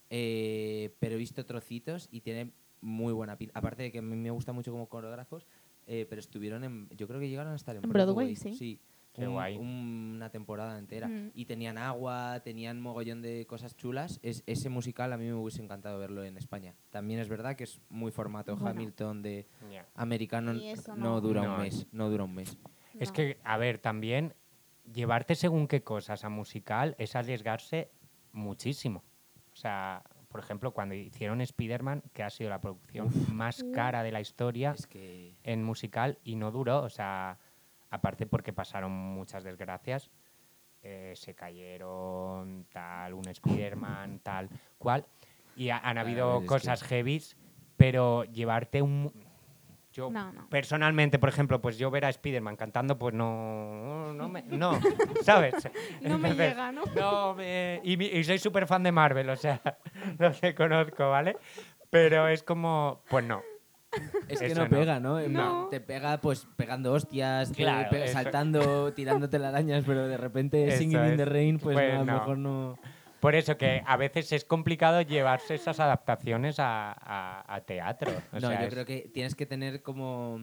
eh, pero he visto trocitos y tiene muy buena pinta. Aparte de que a mí me gusta mucho como coreógrafos, eh, pero estuvieron en... Yo creo que llegaron a estar en, En Broadway, sí. sí. Qué un- guay. una temporada entera. Mm. Y tenían agua, tenían mogollón de cosas chulas. Es, ese musical a mí me hubiese encantado verlo en España. También es verdad que es muy formato Bueno. Hamilton de Ya. americano. Y eso No no. dura No. un mes. No dura un mes. Es No. que, a ver, también llevarte según qué cosas a musical es arriesgarse muchísimo. O sea, por ejemplo, cuando hicieron Spider-Man, que ha sido la producción más cara de la historia Es que... en musical y no duró, o sea, aparte porque pasaron muchas desgracias, eh, se cayeron, tal, un Spider-Man, tal, cual, y ha- han habido es que- cosas heavies, pero llevarte un... Yo, No, no. personalmente, por ejemplo, pues yo ver a Spider-Man cantando, pues no, no, me, no, ¿sabes? No me Entonces, llega, ¿no? No, me- y, mi- y soy súper fan de Marvel, o sea, lo que conozco, ¿vale? Pero es como, pues no. Es que Eso no no. pega, ¿no? En No. plan, te pega pues pegando hostias, te Claro, pega eso. saltando, tirándote las arañas, pero de repente Eso Singing in the es. Rain, pues, Pues no, a lo no. mejor no... Por eso que a veces es complicado llevarse esas adaptaciones a, a- a teatro. O no, sea, yo es- creo que tienes que tener como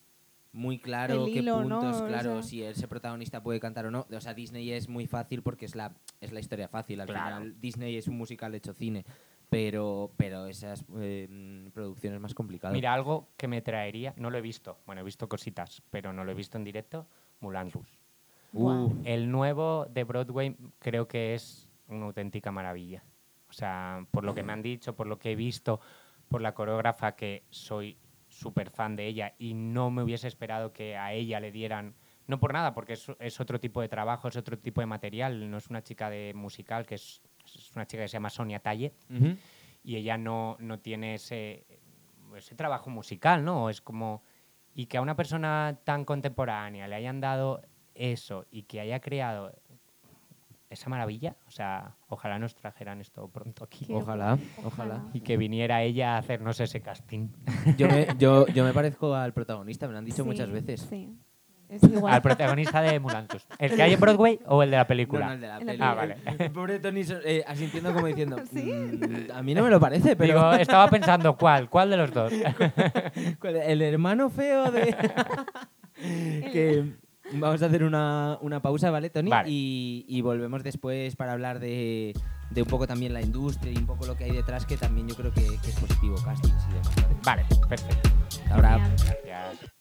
muy claro El qué hilo, ¿no? puntos, O claro, sea. si ese protagonista puede cantar o no. O sea, Disney es muy fácil porque es la, es la historia fácil. Al Claro. final, Disney es un musical hecho cine, pero, pero esas eh, mm, producciones más complicadas. Mira, algo que me traería, no lo he visto, bueno, he visto cositas, pero no lo he visto en directo, Moulin Rouge. Guau. Uh, El nuevo de Broadway creo que es una auténtica maravilla. O sea, por lo que me han dicho, por lo que he visto, por la coreógrafa, que soy súper fan de ella y no me hubiese esperado que a ella le dieran... No por nada, porque es, es otro tipo de trabajo, es otro tipo de material. No es una chica de musical, que es, es una chica que se llama Sonia Talle ujú. y ella no, no tiene ese, ese trabajo musical, ¿no? Es como... Y que a una persona tan contemporánea le hayan dado eso y que haya creado esa maravilla, o sea, ojalá nos trajeran esto pronto aquí. Qué Ojalá, guay. ojalá. Y que viniera ella a hacernos ese casting. Yo me, yo, yo me parezco al protagonista, me lo han dicho Sí, muchas veces. Sí. Es igual. Al protagonista de Moulin Rouge. ¿El que hay en Broadway o el de la No, película? no, el de la En la peli. Ah, vale. El pobre Tony so- eh, asintiendo como diciendo, ¿Sí? "Mm, a mí no me lo parece, pero Digo, estaba pensando, ¿cuál? ¿Cuál de los dos? el hermano feo de... que vamos a hacer una, una pausa, ¿vale, Tony? Vale. Y, y volvemos después para hablar de, de un poco también la industria y un poco lo que hay detrás, que también yo creo que, que es positivo, castings y demás, ¿vale? Vale, perfecto. Ahora... Genial. Gracias.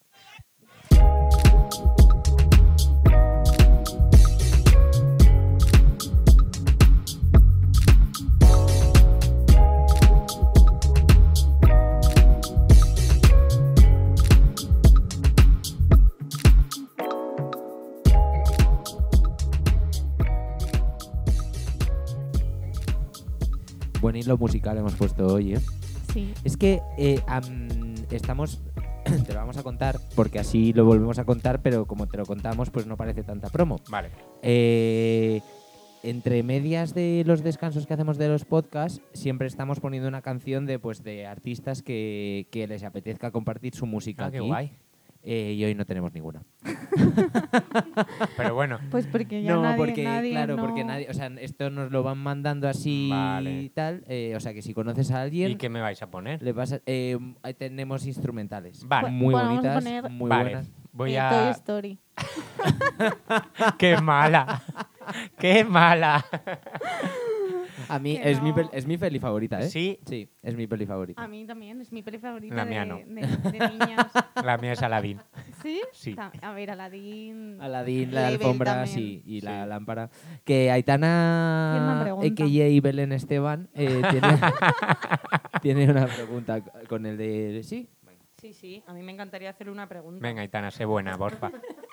Buen hilo musical hemos puesto hoy, ¿eh? Sí. Es que eh, am, estamos... te lo vamos a contar, porque así lo volvemos a contar, pero como te lo contamos, pues no parece tanta promo. Vale. Eh, entre medias de los descansos que hacemos de los podcasts, siempre estamos poniendo una canción de, pues, de artistas que, que les apetezca compartir su música Ah, qué aquí. guay. Eh, y hoy no tenemos ninguna. Pero bueno, Pues porque ya no, nadie, porque nadie claro, no- porque nadie, o sea, esto nos lo van mandando así Vale. y tal. eh, o sea, que si conoces a alguien, ¿y qué me vais a poner? le vas a- eh, ahí tenemos instrumentales. Vale. Muy Bueno, vamos a bonitas, poner- muy Vale, buenas. voy Eh, a... Toy Story. ¡Qué mala! ¡Qué mala! A mí Que es, mi no. pel- es mi peli favorita, ¿eh? Sí, Sí, es mi peli favorita. A mí también, es mi peli favorita La de, mía no. de- de niñas. la mía es Aladdin. ¿Sí? Sí. Ta- A ver, Aladdin. Aladín, la Label alfombra, también. sí, y la Sí. lámpara. Que Tiene Aitana, una pregunta. a k a. Belén Esteban, eh, tiene, tiene una pregunta con el de... ¿Sí? Venga. Sí, sí, a mí me encantaría hacerle una pregunta. Venga, Aitana, sé buena, porfa.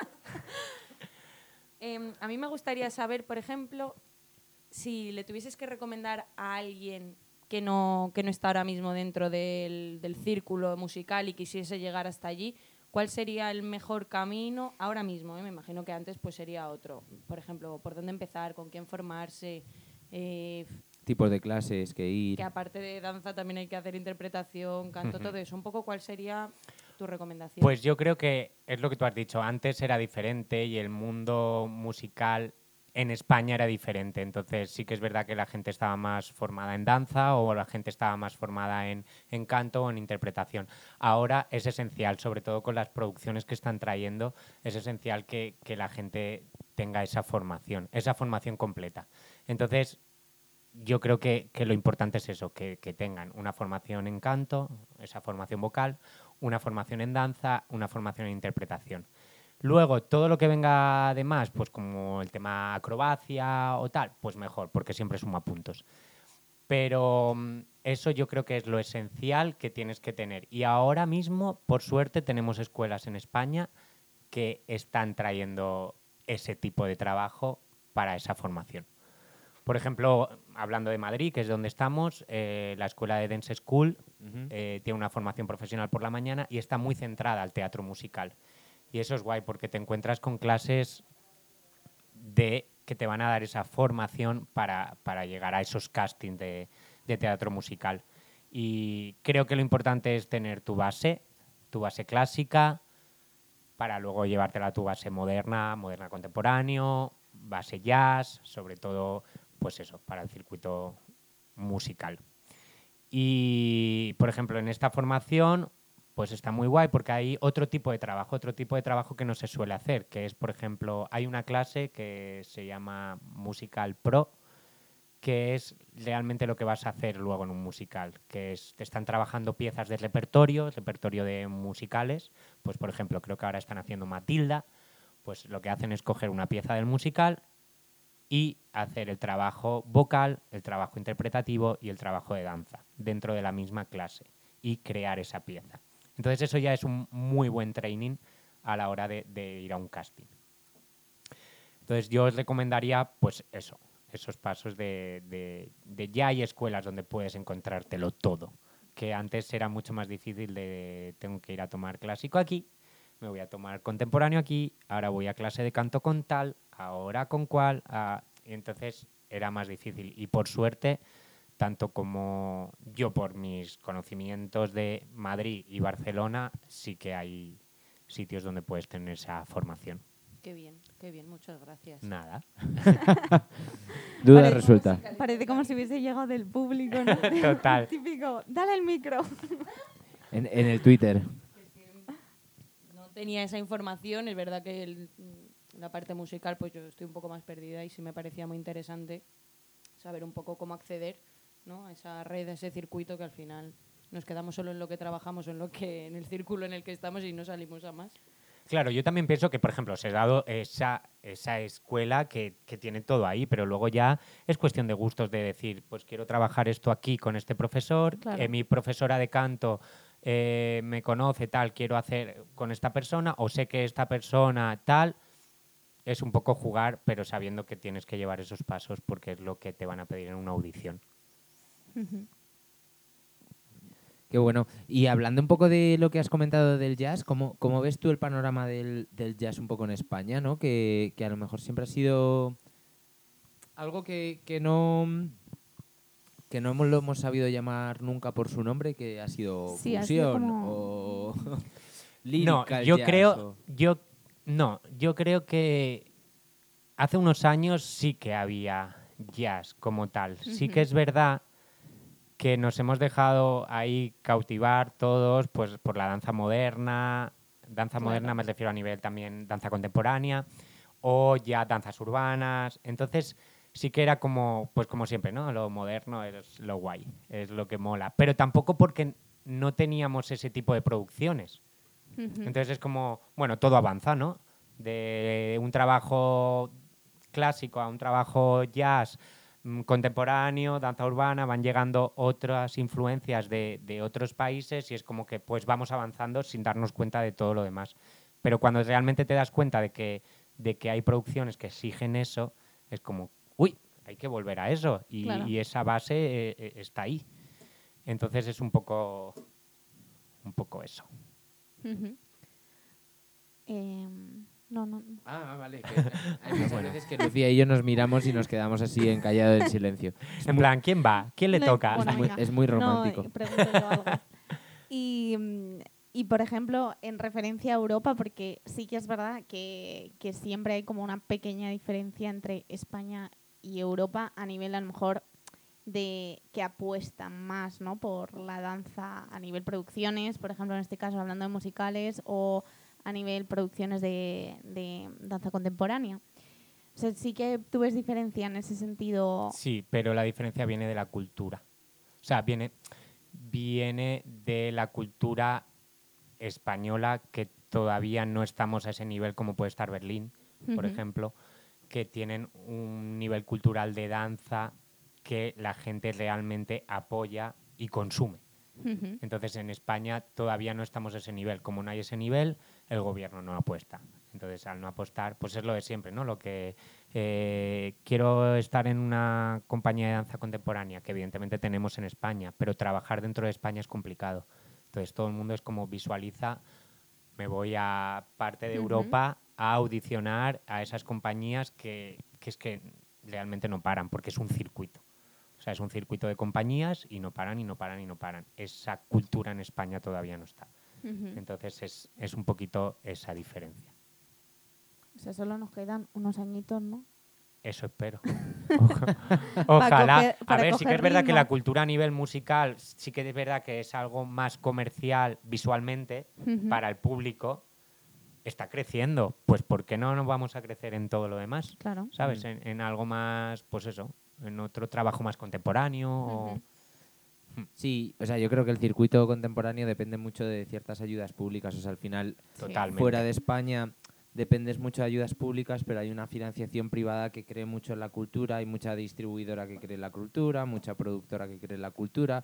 Em, a mí me gustaría saber, por ejemplo, si le tuvieses que recomendar a alguien que no, que no está ahora mismo dentro del, del círculo musical y quisiese llegar hasta allí, ¿cuál sería el mejor camino ahora mismo? ¿eh? Me imagino que antes pues sería otro. Por ejemplo, ¿por dónde empezar? ¿Con quién formarse? Eh, Tipos de clases que ir. que aparte de danza también hay que hacer interpretación, canto, Ujú. todo eso. Un poco, ¿cuál sería tu recomendación? Pues yo creo que es lo que tú has dicho. Antes era diferente y el mundo musical en España era diferente. Entonces sí que es verdad que la gente estaba más formada en danza o la gente estaba más formada en, en canto o en interpretación. Ahora es esencial, sobre todo con las producciones que están trayendo, es esencial que, que la gente tenga esa formación, esa formación completa. Entonces yo creo que, que lo importante es eso, que, que tengan una formación en canto, esa formación vocal, una formación en danza, una formación en interpretación. Luego, todo lo que venga de más, pues como el tema acrobacia o tal, pues mejor, porque siempre suma puntos. Pero mm, eso yo creo que es lo esencial que tienes que tener. Y ahora mismo, por suerte, tenemos escuelas en España que están trayendo ese tipo de trabajo para esa formación. Por ejemplo, hablando de Madrid, que es donde estamos, eh, la escuela de Dance School Ujú. eh, tiene una formación profesional por la mañana y está muy centrada al teatro musical. Y eso es guay porque te encuentras con clases de que te van a dar esa formación para, para llegar a esos castings de, de teatro musical. Y creo que lo importante es tener tu base, tu base clásica, para luego llevártela a tu base moderna, moderna contemporáneo, base jazz, sobre todo, pues eso, para el circuito musical. Y, por ejemplo, en esta formación, pues está muy guay porque hay otro tipo de trabajo, otro tipo de trabajo que no se suele hacer, que es, por ejemplo, hay una clase que se llama Musical Pro, que es realmente lo que vas a hacer luego en un musical, que es, te están trabajando piezas de repertorio, repertorio de musicales, pues por ejemplo, creo que ahora están haciendo Matilda, pues lo que hacen es coger una pieza del musical y hacer el trabajo vocal, el trabajo interpretativo y el trabajo de danza dentro de la misma clase y crear esa pieza. Entonces eso ya es un muy buen training a la hora de, de ir a un casting. Entonces yo os recomendaría pues eso, esos pasos de, de, de ya hay escuelas donde puedes encontrártelo todo, que antes era mucho más difícil de tengo que ir a tomar clásico aquí, me voy a tomar contemporáneo aquí, ahora voy a clase de canto con tal, ahora con cual, ah, y entonces era más difícil. Y por suerte, tanto como yo por mis conocimientos de Madrid y Barcelona, sí que hay sitios donde puedes tener esa formación. Qué bien, qué bien, muchas gracias. Nada. Duda Parece- resuelta. Parece como si hubiese llegado del público, ¿no? Total. Típico, dale el micro. En, en el Twitter. No tenía esa información, es verdad que el- la parte musical pues yo estoy un poco más perdida y sí me parecía muy interesante saber un poco cómo acceder, ¿no?, a esa red, a ese circuito que al final nos quedamos solo en lo que trabajamos o en lo que en el círculo en el que estamos y no salimos a más. Claro, yo también pienso que, por ejemplo, os he dado esa, esa escuela que, que tiene todo ahí, pero luego ya es cuestión de gustos, de decir, pues quiero trabajar esto aquí con este profesor, Claro. eh, mi profesora de canto eh, me conoce, tal, quiero hacer con esta persona, o sé que esta persona tal, es un poco jugar, pero sabiendo que tienes que llevar esos pasos porque es lo que te van a pedir en una audición. Qué bueno. Y hablando un poco de lo que has comentado del jazz, ¿cómo, cómo ves tú el panorama del, del jazz un poco en España, ¿no? Que, que a lo mejor siempre ha sido algo que, que no que no hemos- lo hemos sabido llamar nunca por su nombre, que ha sido Sí, ha fusión sido como- o No, lírica yo jazz creo, o- yo no, yo creo que hace unos años sí que había jazz como tal. Sí que Ujú. es verdad que nos hemos dejado ahí cautivar todos pues por la danza moderna. Danza moderna Claro. me refiero a nivel también danza contemporánea o ya danzas urbanas. Entonces sí que era como, pues como siempre, ¿no? Lo moderno es lo guay, es lo que mola. Pero tampoco porque no teníamos ese tipo de producciones. Ujú. Entonces es como, bueno, todo avanza, ¿no? De un trabajo clásico a un trabajo jazz mm, contemporáneo, danza urbana, van llegando otras influencias de, de otros países y es como que pues vamos avanzando sin darnos cuenta de todo lo demás. Pero cuando realmente te das cuenta de que, de que hay producciones que exigen eso, es como, uy, hay que volver a eso y, Claro. y esa base eh, eh, está ahí. Entonces es un poco, un poco eso. Ujú. Em, no, no. Ah, vale. Que hay muchas veces que Lucía y yo nos miramos y nos quedamos así encallados en silencio. Es En muy- plan, ¿quién va? ¿Quién le No, toca? bueno, es muy- venga. es muy No, romántico. eh, pregunto yo algo. Y, mm, y, por ejemplo, en referencia a Europa, porque sí que es verdad que, que siempre hay como una pequeña diferencia entre España y Europa a nivel, a lo mejor, de que apuestan más, ¿no?, por la danza a nivel producciones, por ejemplo, en este caso hablando de musicales, o a nivel producciones de, de danza contemporánea. O sea, sí que tú ves diferencia en ese sentido. Sí, pero la diferencia viene de la cultura. O sea, viene, viene de la cultura española, que todavía no estamos a ese nivel como puede estar Berlín, por Ujú. ejemplo, que tienen un nivel cultural de danza que la gente realmente apoya y consume. Ujú. Entonces, en España todavía no estamos a ese nivel. Como no hay ese nivel, el gobierno no apuesta. Entonces, al no apostar, pues es lo de siempre, ¿no? Lo que eh, quiero estar en una compañía de danza contemporánea, que evidentemente tenemos en España, pero trabajar dentro de España es complicado. Entonces, todo el mundo es como visualiza, me voy a parte de Ujú. Europa a audicionar a esas compañías que, que es que realmente no paran, porque es un circuito. O sea, es un circuito de compañías y no paran y no paran y no paran. Esa cultura en España todavía no está. Ujú. Entonces es, es un poquito esa diferencia. O sea, solo nos quedan unos añitos, ¿no? Eso espero. Oja- Ojalá. coger- A para ver, sí que coger es verdad que ritmo. la cultura a nivel musical sí que es verdad que es algo más comercial visualmente Ujú. para el público. Está creciendo. Pues ¿por qué no nos vamos a crecer en todo lo demás? Claro. ¿Sabes? Mm. En, en algo más, pues eso, en otro trabajo más contemporáneo. o- Ujú. Sí, o sea, yo creo que el circuito contemporáneo depende mucho de ciertas ayudas públicas. O sea, al final, Sí. Totalmente. fuera de España dependes mucho de ayudas públicas, pero hay una financiación privada que cree mucho en la cultura, hay mucha distribuidora que cree en la cultura, mucha productora que cree en la cultura.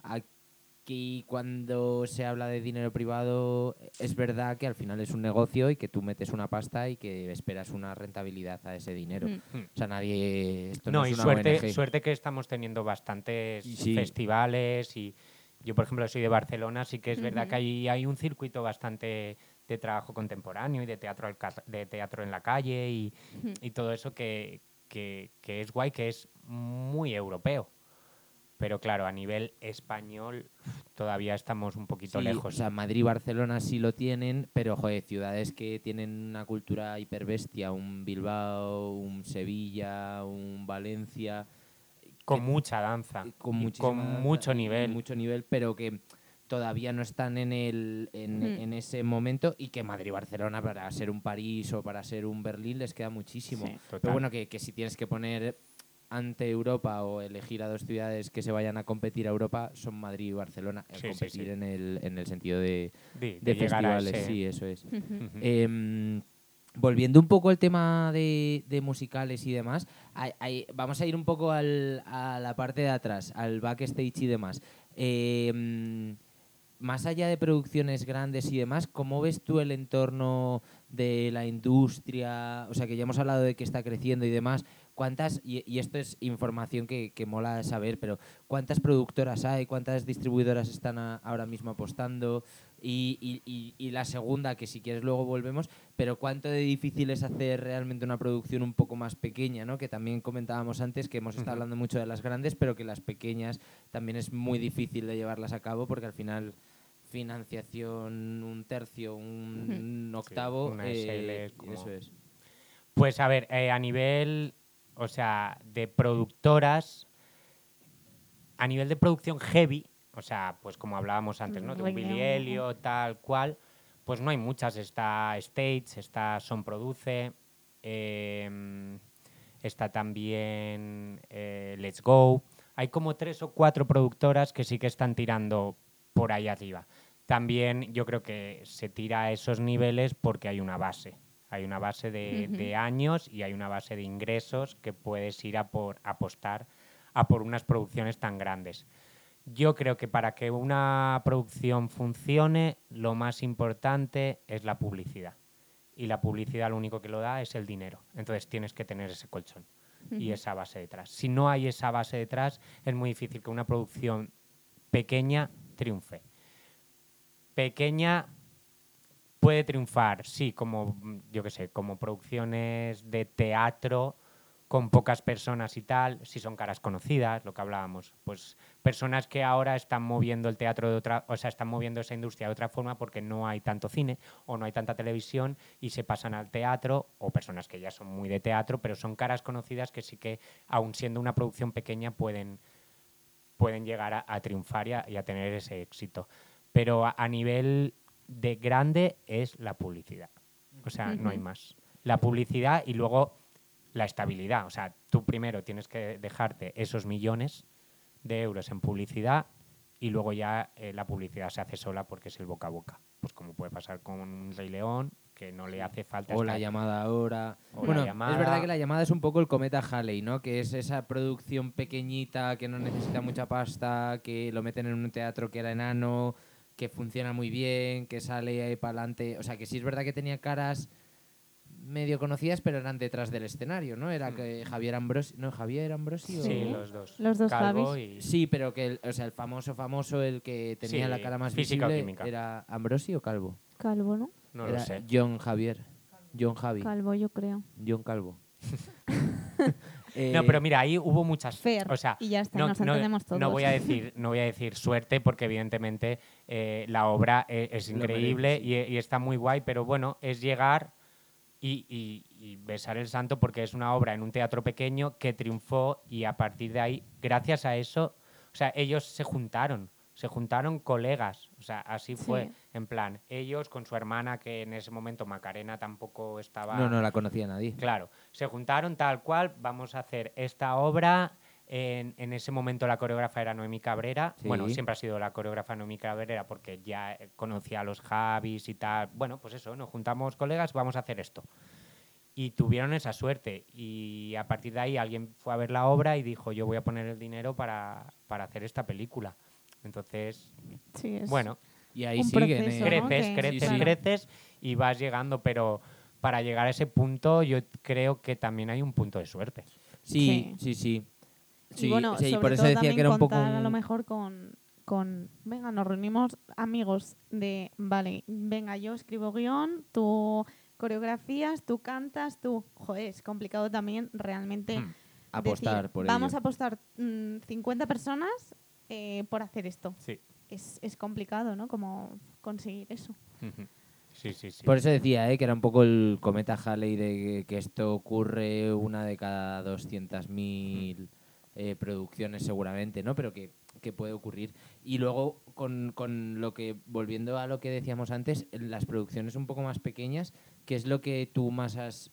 Aquí, cuando se habla de dinero privado, es verdad que al final es un negocio y que tú metes una pasta y que esperas una rentabilidad a ese dinero. Ujú. Mm. O sea, nadie... Esto no, No, es y una suerte, O N G. suerte que estamos teniendo bastantes Y sí. festivales y yo, por ejemplo, soy de Barcelona, sí que es verdad Ujú. que hay, hay un circuito bastante de trabajo contemporáneo y de teatro, al ca- de teatro en la calle y, Ujú. y todo eso que, que, que es guay, que es muy europeo. Pero claro, a nivel español todavía estamos un poquito Sí, lejos. o sea, Madrid y Barcelona sí lo tienen, pero joder, ciudades que tienen una cultura hiperbestia, un Bilbao, un Sevilla, un Valencia, con que- mucha danza, eh, con y muchísima con danza mucho y- y nivel. mucho nivel, pero que todavía no están en el en, Hmm. en ese momento y que Madrid y Barcelona para ser un París o para ser un Berlín les queda muchísimo. Sí. Total. Pero bueno, que, que si tienes que poner ante Europa o elegir a dos ciudades que se vayan a competir a Europa, son Madrid y Barcelona. En Sí, sí, competir sí. En, el, en el sentido de, De, de de llegar a festivales, ese- sí, eso es. Ujú. Ujú. Em, volviendo un poco al tema de, de musicales y demás, hay- hay- vamos a ir un poco al- a la parte de atrás, al backstage y demás. Em, más allá de producciones grandes y demás, ¿cómo ves tú el entorno de la industria? O sea, que ya hemos hablado de que está creciendo y demás. ¿Cuántas, y, y esto es información que, que mola saber, pero cuántas productoras hay, cuántas distribuidoras están a- ahora mismo apostando? Y, y- y- y la segunda, que si quieres luego volvemos, pero cuánto de difícil es hacer realmente una producción un poco más pequeña, ¿no? Que también comentábamos antes que hemos estado Ujú. hablando mucho de las grandes, pero que las pequeñas también es muy difícil de llevarlas a cabo porque al final financiación un tercio, un octavo, una S L eh, es como- eso es. Pues a ver, eh, a nivel, o sea, de productoras, a nivel de producción heavy, o sea, pues como hablábamos antes, ¿no? De un Rey Billy León, Elliot, tal cual, pues no hay muchas. Está States, está Son Produce, em, está también eh, Let's Go. Hay como tres o cuatro productoras que sí que están tirando por ahí arriba. También yo creo que se tira a esos niveles porque hay una base. Hay una base de, Ujú. de años y hay una base de ingresos que puedes ir a por apostar a por unas producciones tan grandes. Yo creo que para que una producción funcione, lo más importante es la publicidad. Y la publicidad lo único que lo da es el dinero. Entonces tienes que tener ese colchón y Ujú. esa base detrás. Si no hay esa base detrás, es muy difícil que una producción pequeña triunfe. Pequeña puede triunfar, sí, como, yo qué sé, como producciones de teatro con pocas personas y tal, si son caras conocidas, lo que hablábamos, pues personas que ahora están moviendo el teatro de otra, o sea, están moviendo esa industria de otra forma porque no hay tanto cine o no hay tanta televisión y se pasan al teatro, o personas que ya son muy de teatro, pero son caras conocidas que sí que, aun siendo una producción pequeña, pueden, pueden llegar a, a triunfar y a, y a tener ese éxito. Pero a, a nivel de grande es la publicidad. O sea, uh-huh. no hay más. La publicidad y luego la estabilidad. O sea, tú primero tienes que dejarte esos millones de euros en publicidad y luego ya eh, la publicidad se hace sola porque es el boca a boca. Pues como puede pasar con Rey León, que no le hace falta... O La Llamada ahora. O bueno, La Llamada. Es verdad que La Llamada es un poco el cometa Halley, ¿no? Que es esa producción pequeñita que no necesita mucha pasta, que lo meten en un teatro que era enano, que funciona muy bien, que sale ahí para adelante. O sea, que sí es verdad que tenía caras medio conocidas, pero eran detrás del escenario, ¿no? Era que Javier Ambrosi... ¿No, Javier Ambrosi? Sí, o... los dos. Los dos Calvo Javis. y... Sí, pero que el, o sea, el famoso famoso, el que tenía sí, la cara más física visible, o química. ¿era Ambrosi o Calvo? Calvo, ¿no? No Era lo sé. John Javier. John Javi. Calvo, yo creo. John Calvo. eh, no, pero mira, ahí hubo muchas... Fair. O sea, y ya está, no, nos no, entendemos todos. No voy a decir, no voy a decir suerte porque evidentemente eh, la obra es, es increíble merece, sí. y, y está muy guay, pero bueno, es llegar y, y, y besar el santo porque es una obra en un teatro pequeño que triunfó y a partir de ahí, gracias a eso, o sea, ellos se juntaron. Se juntaron colegas, o sea, así fue, sí. en plan, ellos con su hermana, que en ese momento Macarena tampoco estaba... No, no la conocía nadie. Claro, se juntaron tal cual, vamos a hacer esta obra, en, en ese momento la coreógrafa era Noemí Cabrera, sí. bueno, siempre ha sido la coreógrafa Noemí Cabrera porque ya conocía a los Javis y tal, bueno, pues eso, nos juntamos colegas, vamos a hacer esto. Y tuvieron esa suerte y a partir de ahí alguien fue a ver la obra y dijo, yo voy a poner el dinero para, para hacer esta película. Entonces, sí, es bueno, y ahí siguen, proceso, eh. ¿no? creces, que, creces, claro. creces y vas llegando, pero para llegar a ese punto yo creo que también hay un punto de suerte. Sí, sí, sí. sí. Y bueno, sí, sobre por eso todo decía que era un poco contar un... a lo mejor con, con, venga, nos reunimos amigos de, vale, venga, yo escribo guión, tú coreografías, tú cantas, tú, joder, es complicado también realmente Hmm. apostar decir, por vamos ello. a apostar mmm, cincuenta personas eh, por hacer esto. Sí. Es, es complicado, ¿no? Como conseguir eso. Sí, sí, sí. Por eso decía eh, que era un poco el cometa Halley de que, que esto ocurre una de cada doscientas mil eh, producciones seguramente, ¿no? Pero que, que puede ocurrir. Y luego, con, con lo que, volviendo a lo que decíamos antes, las producciones un poco más pequeñas, ¿qué es lo que tú más has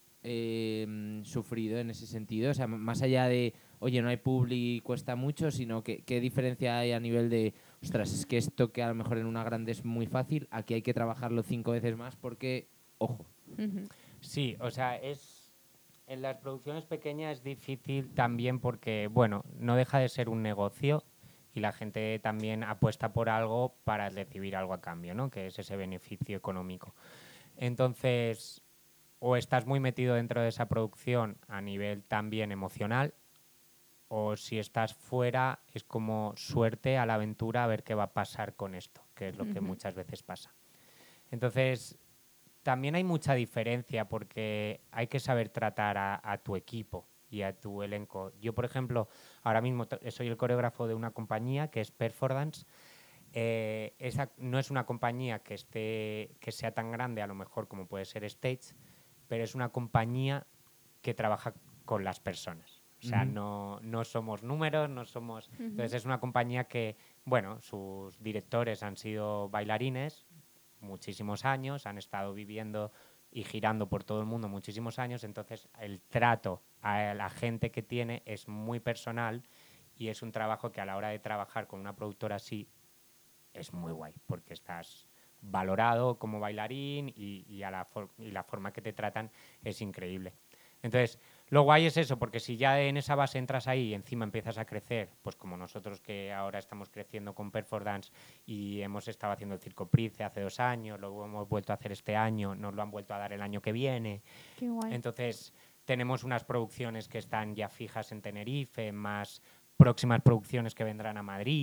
eh, sufrido en ese sentido? O sea, más allá de, oye, no hay publi y cuesta mucho, sino que qué diferencia hay a nivel de, ostras, es que esto que a lo mejor en una grande es muy fácil, aquí hay que trabajarlo cinco veces más porque, ojo. Uh-huh. Sí, o sea, es en las producciones pequeñas es difícil también porque, bueno, no deja de ser un negocio y la gente también apuesta por algo para recibir algo a cambio, ¿no? Que es ese beneficio económico. Entonces, o estás muy metido dentro de esa producción a nivel también emocional, o si estás fuera es como suerte a la aventura a ver qué va a pasar con esto, que es lo que uh-huh. muchas veces pasa. Entonces, también hay mucha diferencia porque hay que saber tratar a, a tu equipo y a tu elenco. Yo, por ejemplo, ahora mismo soy el coreógrafo de una compañía que es Performance. Eh, esa no es una compañía que, esté, que sea tan grande a lo mejor como puede ser Stage, pero es una compañía que trabaja con las personas. O sea, uh-huh. no, no somos números, no somos... Uh-huh. Entonces es una compañía que, bueno, sus directores han sido bailarines muchísimos años, han estado viviendo y girando por todo el mundo muchísimos años, entonces el trato a la gente que tiene es muy personal y es un trabajo que a la hora de trabajar con una productora así es muy guay, porque estás valorado como bailarín y, y, a la, for- y la forma que te tratan es increíble. Entonces, lo guay es eso, porque si ya en esa base entras ahí y encima empiezas a crecer, pues como nosotros que ahora estamos creciendo con Performance y hemos estado haciendo el Circo Price hace dos años, lo hemos vuelto a hacer este año, nos lo han vuelto a dar el año que viene. Qué guay. Entonces, tenemos unas producciones que están ya fijas en Tenerife, más próximas producciones que vendrán a Madrid.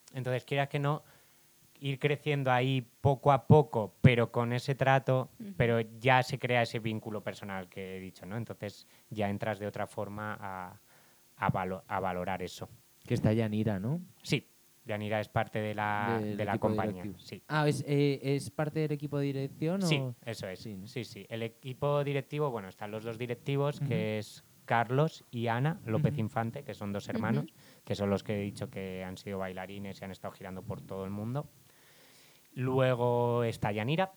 Entonces, quieras que no, ir creciendo ahí poco a poco, pero con ese trato, Ujú. pero ya se crea ese vínculo personal que he dicho, ¿no? Entonces ya entras de otra forma a, a, valo- a valorar eso. Que está Yanira, ¿no? Sí, Yanira es parte de la, Del de la equipo compañía. directivo. Sí. Ah, ¿es, eh, ¿es parte del equipo de dirección Sí, o...? eso es. Sí, Sí, ¿no? sí, El equipo directivo, bueno, están los dos directivos, Ujú. que es Carlos y Ana López Ujú. Infante, que son dos hermanos, que son los que he dicho que han sido bailarines y han estado girando por todo el mundo. Luego está Yanira,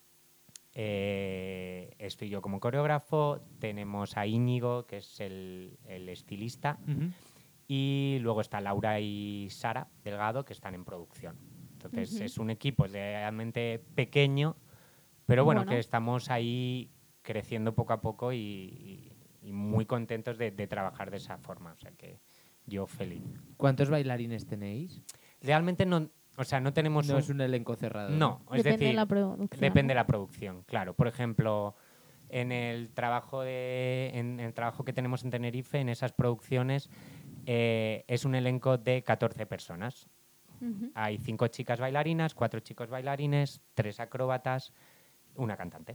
eh, estoy yo como coreógrafo, tenemos a Íñigo, que es el, el estilista, Ujú. y luego está Laura y Sara Delgado, que están en producción. Entonces Ujú. es un equipo realmente pequeño, pero bueno, Bueno. que estamos ahí creciendo poco a poco y, y- y muy contentos de, de trabajar de esa forma. O sea que yo feliz. ¿Cuántos bailarines tenéis? Realmente no, o sea, no tenemos No un... es un elenco cerrado, No, es Depende de decir, la producción. depende ¿no? de la producción, claro. Por ejemplo, en el trabajo de, en el trabajo que tenemos en Tenerife, en esas producciones, eh, es un elenco de catorce personas. Ujú. Hay cinco chicas bailarinas, cuatro chicos bailarines, tres acróbatas, una cantante.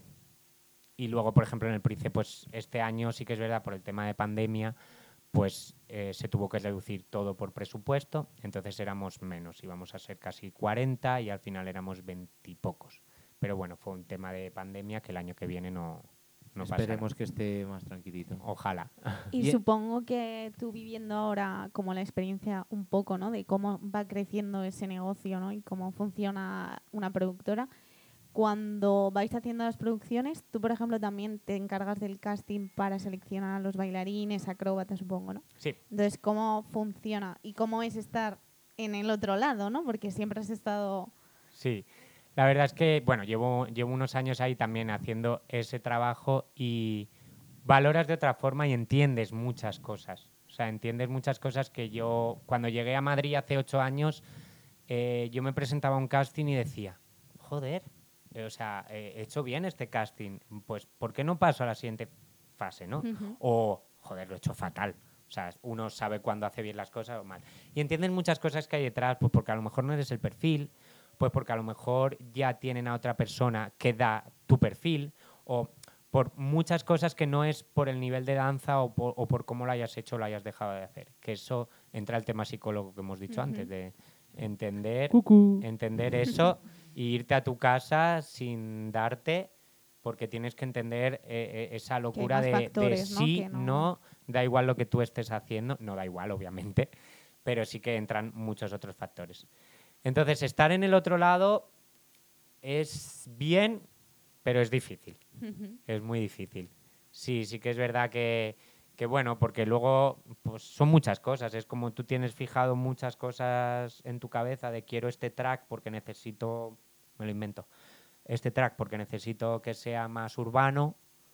Y luego, por ejemplo, en el Price, pues este año sí que es verdad, por el tema de pandemia, pues eh, se tuvo que reducir todo por presupuesto, entonces éramos menos, íbamos a ser casi cuarenta y al final éramos veintipocos. Pero bueno, fue un tema de pandemia que el año que viene no, no Esperemos pasará. que esté más tranquilito. Ojalá. Y Bien. supongo que tú viviendo ahora como la experiencia un poco, ¿no? De cómo va creciendo ese negocio, ¿no? Y cómo funciona una productora. Cuando vais haciendo las producciones, tú, por ejemplo, también te encargas del casting para seleccionar a los bailarines, acróbatas, supongo, ¿no? Sí, Entonces, ¿cómo funciona? ¿Y cómo es estar en el otro lado, ¿no? Porque siempre has estado... sí. La verdad es que, bueno, llevo, llevo unos años ahí también haciendo ese trabajo y valoras de otra forma y entiendes muchas cosas. O sea, entiendes muchas cosas que yo, cuando llegué a Madrid hace ocho años, eh, yo me presentaba a un casting y decía, joder, eh, o sea, eh, he hecho bien este casting, pues ¿por qué no paso a la siguiente fase, no? Ujú. O, joder, lo he hecho fatal. O sea, uno sabe cuándo hace bien las cosas o mal. Y entiendes muchas cosas que hay detrás, pues porque a lo mejor no eres el perfil, pues porque a lo mejor ya tienen a otra persona que da tu perfil, o por muchas cosas que no es por el nivel de danza o por, o por cómo lo hayas hecho o lo hayas dejado de hacer. Que eso entra el tema psicólogo que hemos dicho Ujú. antes, de entender, Cucú. entender eso e irte a tu casa sin darte, porque tienes que entender eh, eh, esa locura más de, de factores, ¿no? sí, Que no- no, da igual lo que tú estés haciendo, no da igual, obviamente, pero sí que entran muchos otros factores. Entonces, estar en el otro lado es bien, pero es difícil. Ujú. Es muy difícil. Sí, sí que es verdad que, que bueno, porque luego pues son muchas cosas. Es como tú tienes fijado muchas cosas en tu cabeza de quiero este track porque necesito, me lo invento, este track porque necesito que sea más urbano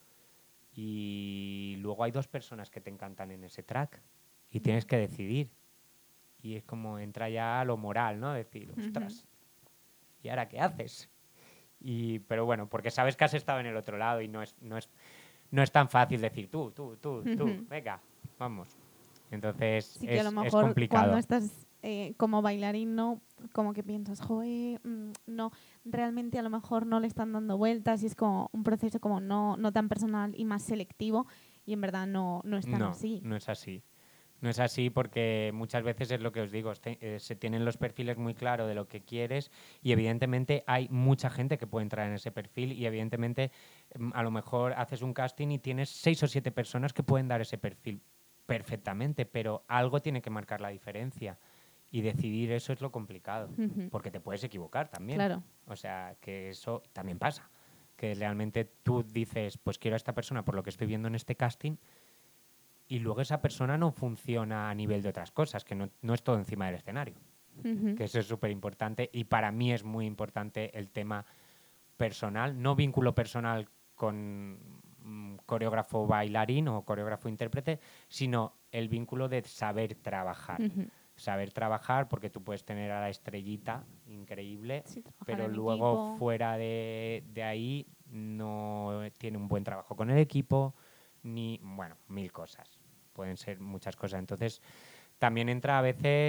y luego hay dos personas que te encantan en ese track y tienes que decidir. Y es como entra ya lo moral, ¿no? Decir, ostras, ¿y ahora qué haces? Y, pero bueno, porque sabes que has estado en el otro lado y no es, no es, no es tan fácil decir tú, tú, tú, tú, Ujú. venga, vamos. Entonces Sí que a lo es, es mejor complicado. cuando estás eh, como bailarín, no, como que piensas, joder, mm, no, realmente a lo mejor no le están dando vueltas y es como un proceso como no, no tan personal y más selectivo y en verdad no, no es tan No, así. no es así. No es así porque muchas veces es lo que os digo, este- eh, se tienen los perfiles muy claros de lo que quieres y evidentemente hay mucha gente que puede entrar en ese perfil y evidentemente mm, a lo mejor haces un casting y tienes seis o siete personas que pueden dar ese perfil perfectamente, pero algo tiene que marcar la diferencia y decidir eso es lo complicado, Ujú. porque te puedes equivocar también. Claro. O sea, que eso también pasa, que realmente tú dices, pues quiero a esta persona por lo que estoy viendo en este casting y luego esa persona no funciona a nivel de otras cosas, que no, no es todo encima del escenario, Ujú. que eso es súper importante y para mí es muy importante el tema personal, no vínculo personal con mm, coreógrafo bailarín o coreógrafo intérprete, sino el vínculo de saber trabajar. Ujú. Saber trabajar porque tú puedes tener a la estrellita increíble, Sí, trabajar pero en luego equipo. fuera de, de ahí no tiene un buen trabajo con el equipo, ni, bueno, mil cosas. Pueden ser muchas cosas. Entonces, también entra a veces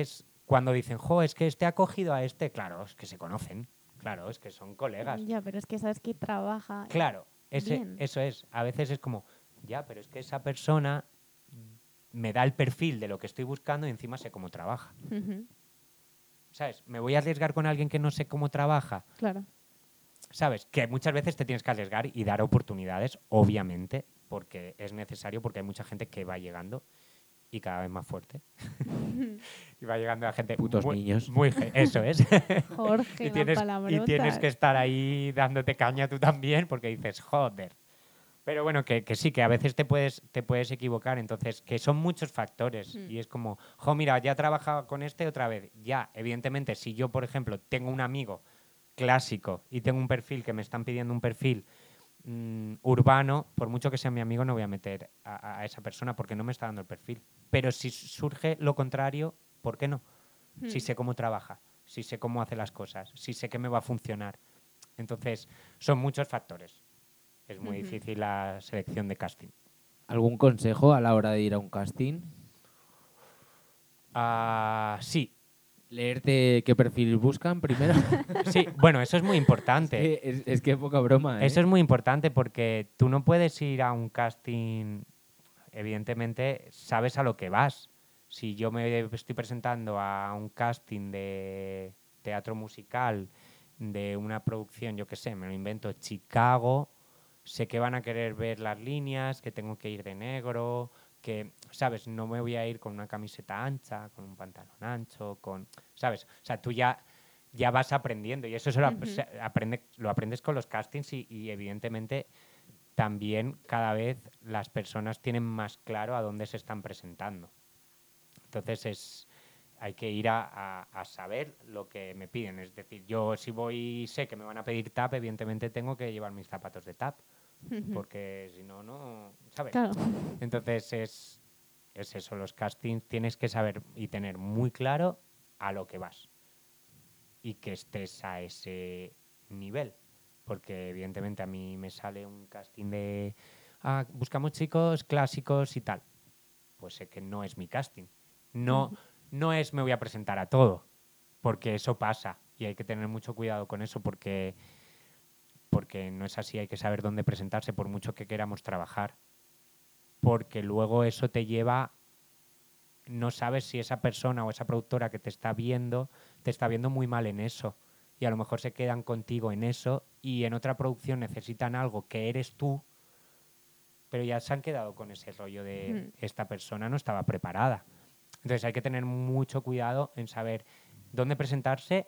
cuando dicen, jo, es que este ha cogido a este, claro, es que se conocen, claro, es que son colegas. Ya, pero es que sabes que trabaja. Claro, ese, Bien. eso es. A veces es como, ya, pero es que esa persona me da el perfil de lo que estoy buscando y encima sé cómo trabaja. Ujú, ¿Sabes? ¿Me voy a arriesgar con alguien que no sé cómo trabaja? claro. ¿Sabes? Que muchas veces te tienes que arriesgar y dar oportunidades, obviamente, porque es necesario, porque hay mucha gente que va llegando y cada vez más fuerte. Y va llegando la gente Putos muy, niños. muy ge- eso es. Jorge, y, la tienes, y palabrota. tienes que estar ahí dándote caña tú también porque dices, joder. Pero bueno, que, que sí, que a veces te puedes, te puedes equivocar, entonces, que son muchos factores. Hmm. Y es como, jo, mira, ya he trabajado con este otra vez. Ya, evidentemente, si yo, por ejemplo, tengo un amigo clásico y tengo un perfil que me están pidiendo un perfil mm, urbano, por mucho que sea mi amigo, no voy a meter a, a esa persona porque no me está dando el perfil. Pero si surge lo contrario, ¿por qué no? Hmm. Si sé cómo trabaja, si sé cómo hace las cosas, si sé que me va a funcionar. Entonces, son muchos factores. Es muy Ujú. difícil la selección de casting. ¿Algún consejo a la hora de ir a un casting? Ah, sí, Leerte qué perfil buscan primero. sí, bueno, eso es muy importante. es, que, es, es que poca broma, ¿eh? Eso es muy importante porque tú no puedes ir a un casting, evidentemente, sabes a lo que vas. Si yo me estoy presentando a un casting de teatro musical, de una producción, yo qué sé, me lo invento, Chicago, sé que van a querer ver las líneas, que tengo que ir de negro, que, ¿sabes? No me voy a ir con una camiseta ancha, con un pantalón ancho, con, ¿sabes? O sea, tú ya, ya vas aprendiendo y eso se lo, ap- Ujú. se aprende, lo aprendes con los castings y, y evidentemente también cada vez las personas tienen más claro a dónde se están presentando. Entonces es, hay que ir a, a- a saber lo que me piden. Es decir, yo si voy y sé que me van a pedir tap, evidentemente tengo que llevar mis zapatos de tap, Ujú. porque si no, no, ¿sabes? Claro. Entonces es, es eso, los castings tienes que saber y tener muy claro a lo que vas y que estés a ese nivel. Porque evidentemente a mí me sale un casting de ah, buscamos chicos clásicos y tal. Pues sé que no es mi casting. No, Ujú. no es me voy a presentar a todo, porque eso pasa y hay que tener mucho cuidado con eso porque, porque no es así, hay que saber dónde presentarse por mucho que queramos trabajar. Porque luego eso te lleva, no sabes si esa persona o esa productora que te está viendo, te está viendo muy mal en eso. Y a lo mejor se quedan contigo en eso y en otra producción necesitan algo que eres tú, pero ya se han quedado con ese rollo de Ujú. esta persona no estaba preparada. Entonces hay que tener mucho cuidado en saber dónde presentarse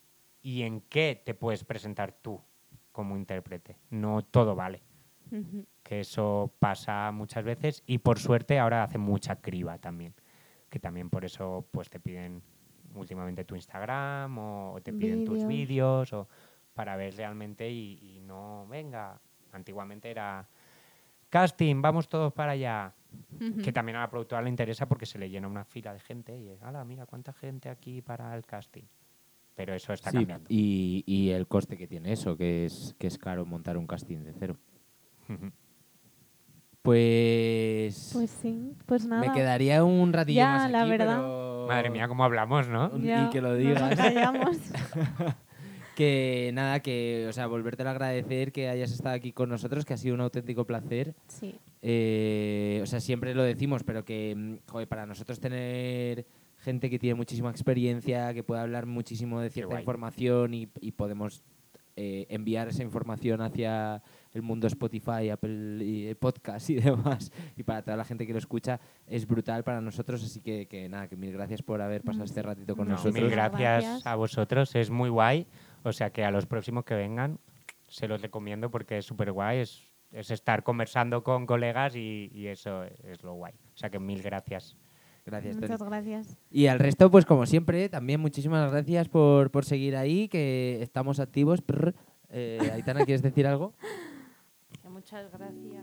y en qué te puedes presentar tú como intérprete. No todo vale, Ujú. que eso pasa muchas veces y por suerte ahora hace mucha criba también, que también por eso pues te piden últimamente tu Instagram o, o te piden tus Vídeos. vídeos o para ver realmente y, y no, venga, antiguamente era casting, vamos todos para allá. Ujú. Que también a la productora le interesa porque se le llena una fila de gente y es, ala, mira cuánta gente aquí para el casting. Pero eso está Sí, cambiando. y, y el coste que tiene eso, que es, que es caro montar un casting de cero. Pues... Pues sí, pues nada. me quedaría un ratillo Ya, más la aquí, verdad. pero... Madre mía, cómo hablamos, ¿no? Un- Ya, y que lo no digas. nos callamos. Que nada, que, o sea, volverte a agradecer que hayas estado aquí con nosotros, que ha sido un auténtico placer. Sí. Eh, o sea, siempre lo decimos, pero que, mm, joder, para nosotros tener gente que tiene muchísima experiencia, que puede hablar muchísimo de cierta guay. información y, y podemos eh, enviar esa información hacia el mundo Spotify, Apple y Podcast y demás, y para toda la gente que lo escucha, es brutal para nosotros. Así que, que nada, que mil gracias por haber pasado este ratito con No, nosotros. mil Muchísimas gracias, gracias. a vosotros, es muy guay. O sea que a los próximos que vengan se los recomiendo porque es súper guay. Es, es estar conversando con colegas y, y eso es lo guay. O sea que mil gracias. Gracias, Tony. Muchas gracias. Y al resto, pues como siempre, también muchísimas gracias por, por seguir ahí, que estamos activos. Prr. Eh, Aitana, ¿quieres decir algo? Que muchas gracias.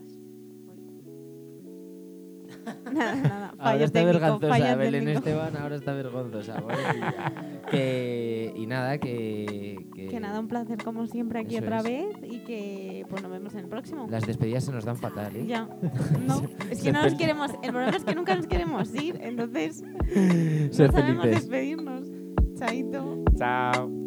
Nada, nada. Ahora Fallo está técnico, vergonzosa, fallo Belén técnico. Esteban, ahora está vergonzosa. pobrecilla. que, y nada, que, que... Que nada, un placer como siempre aquí Eso otra es. vez y que pues nos vemos en el próximo. Las despedidas se nos dan fatal, ¿eh? Ya. No, es que no nos queremos. El problema es que nunca nos queremos ir, entonces no Ser sabemos felices. despedirnos. Chaito. Chao.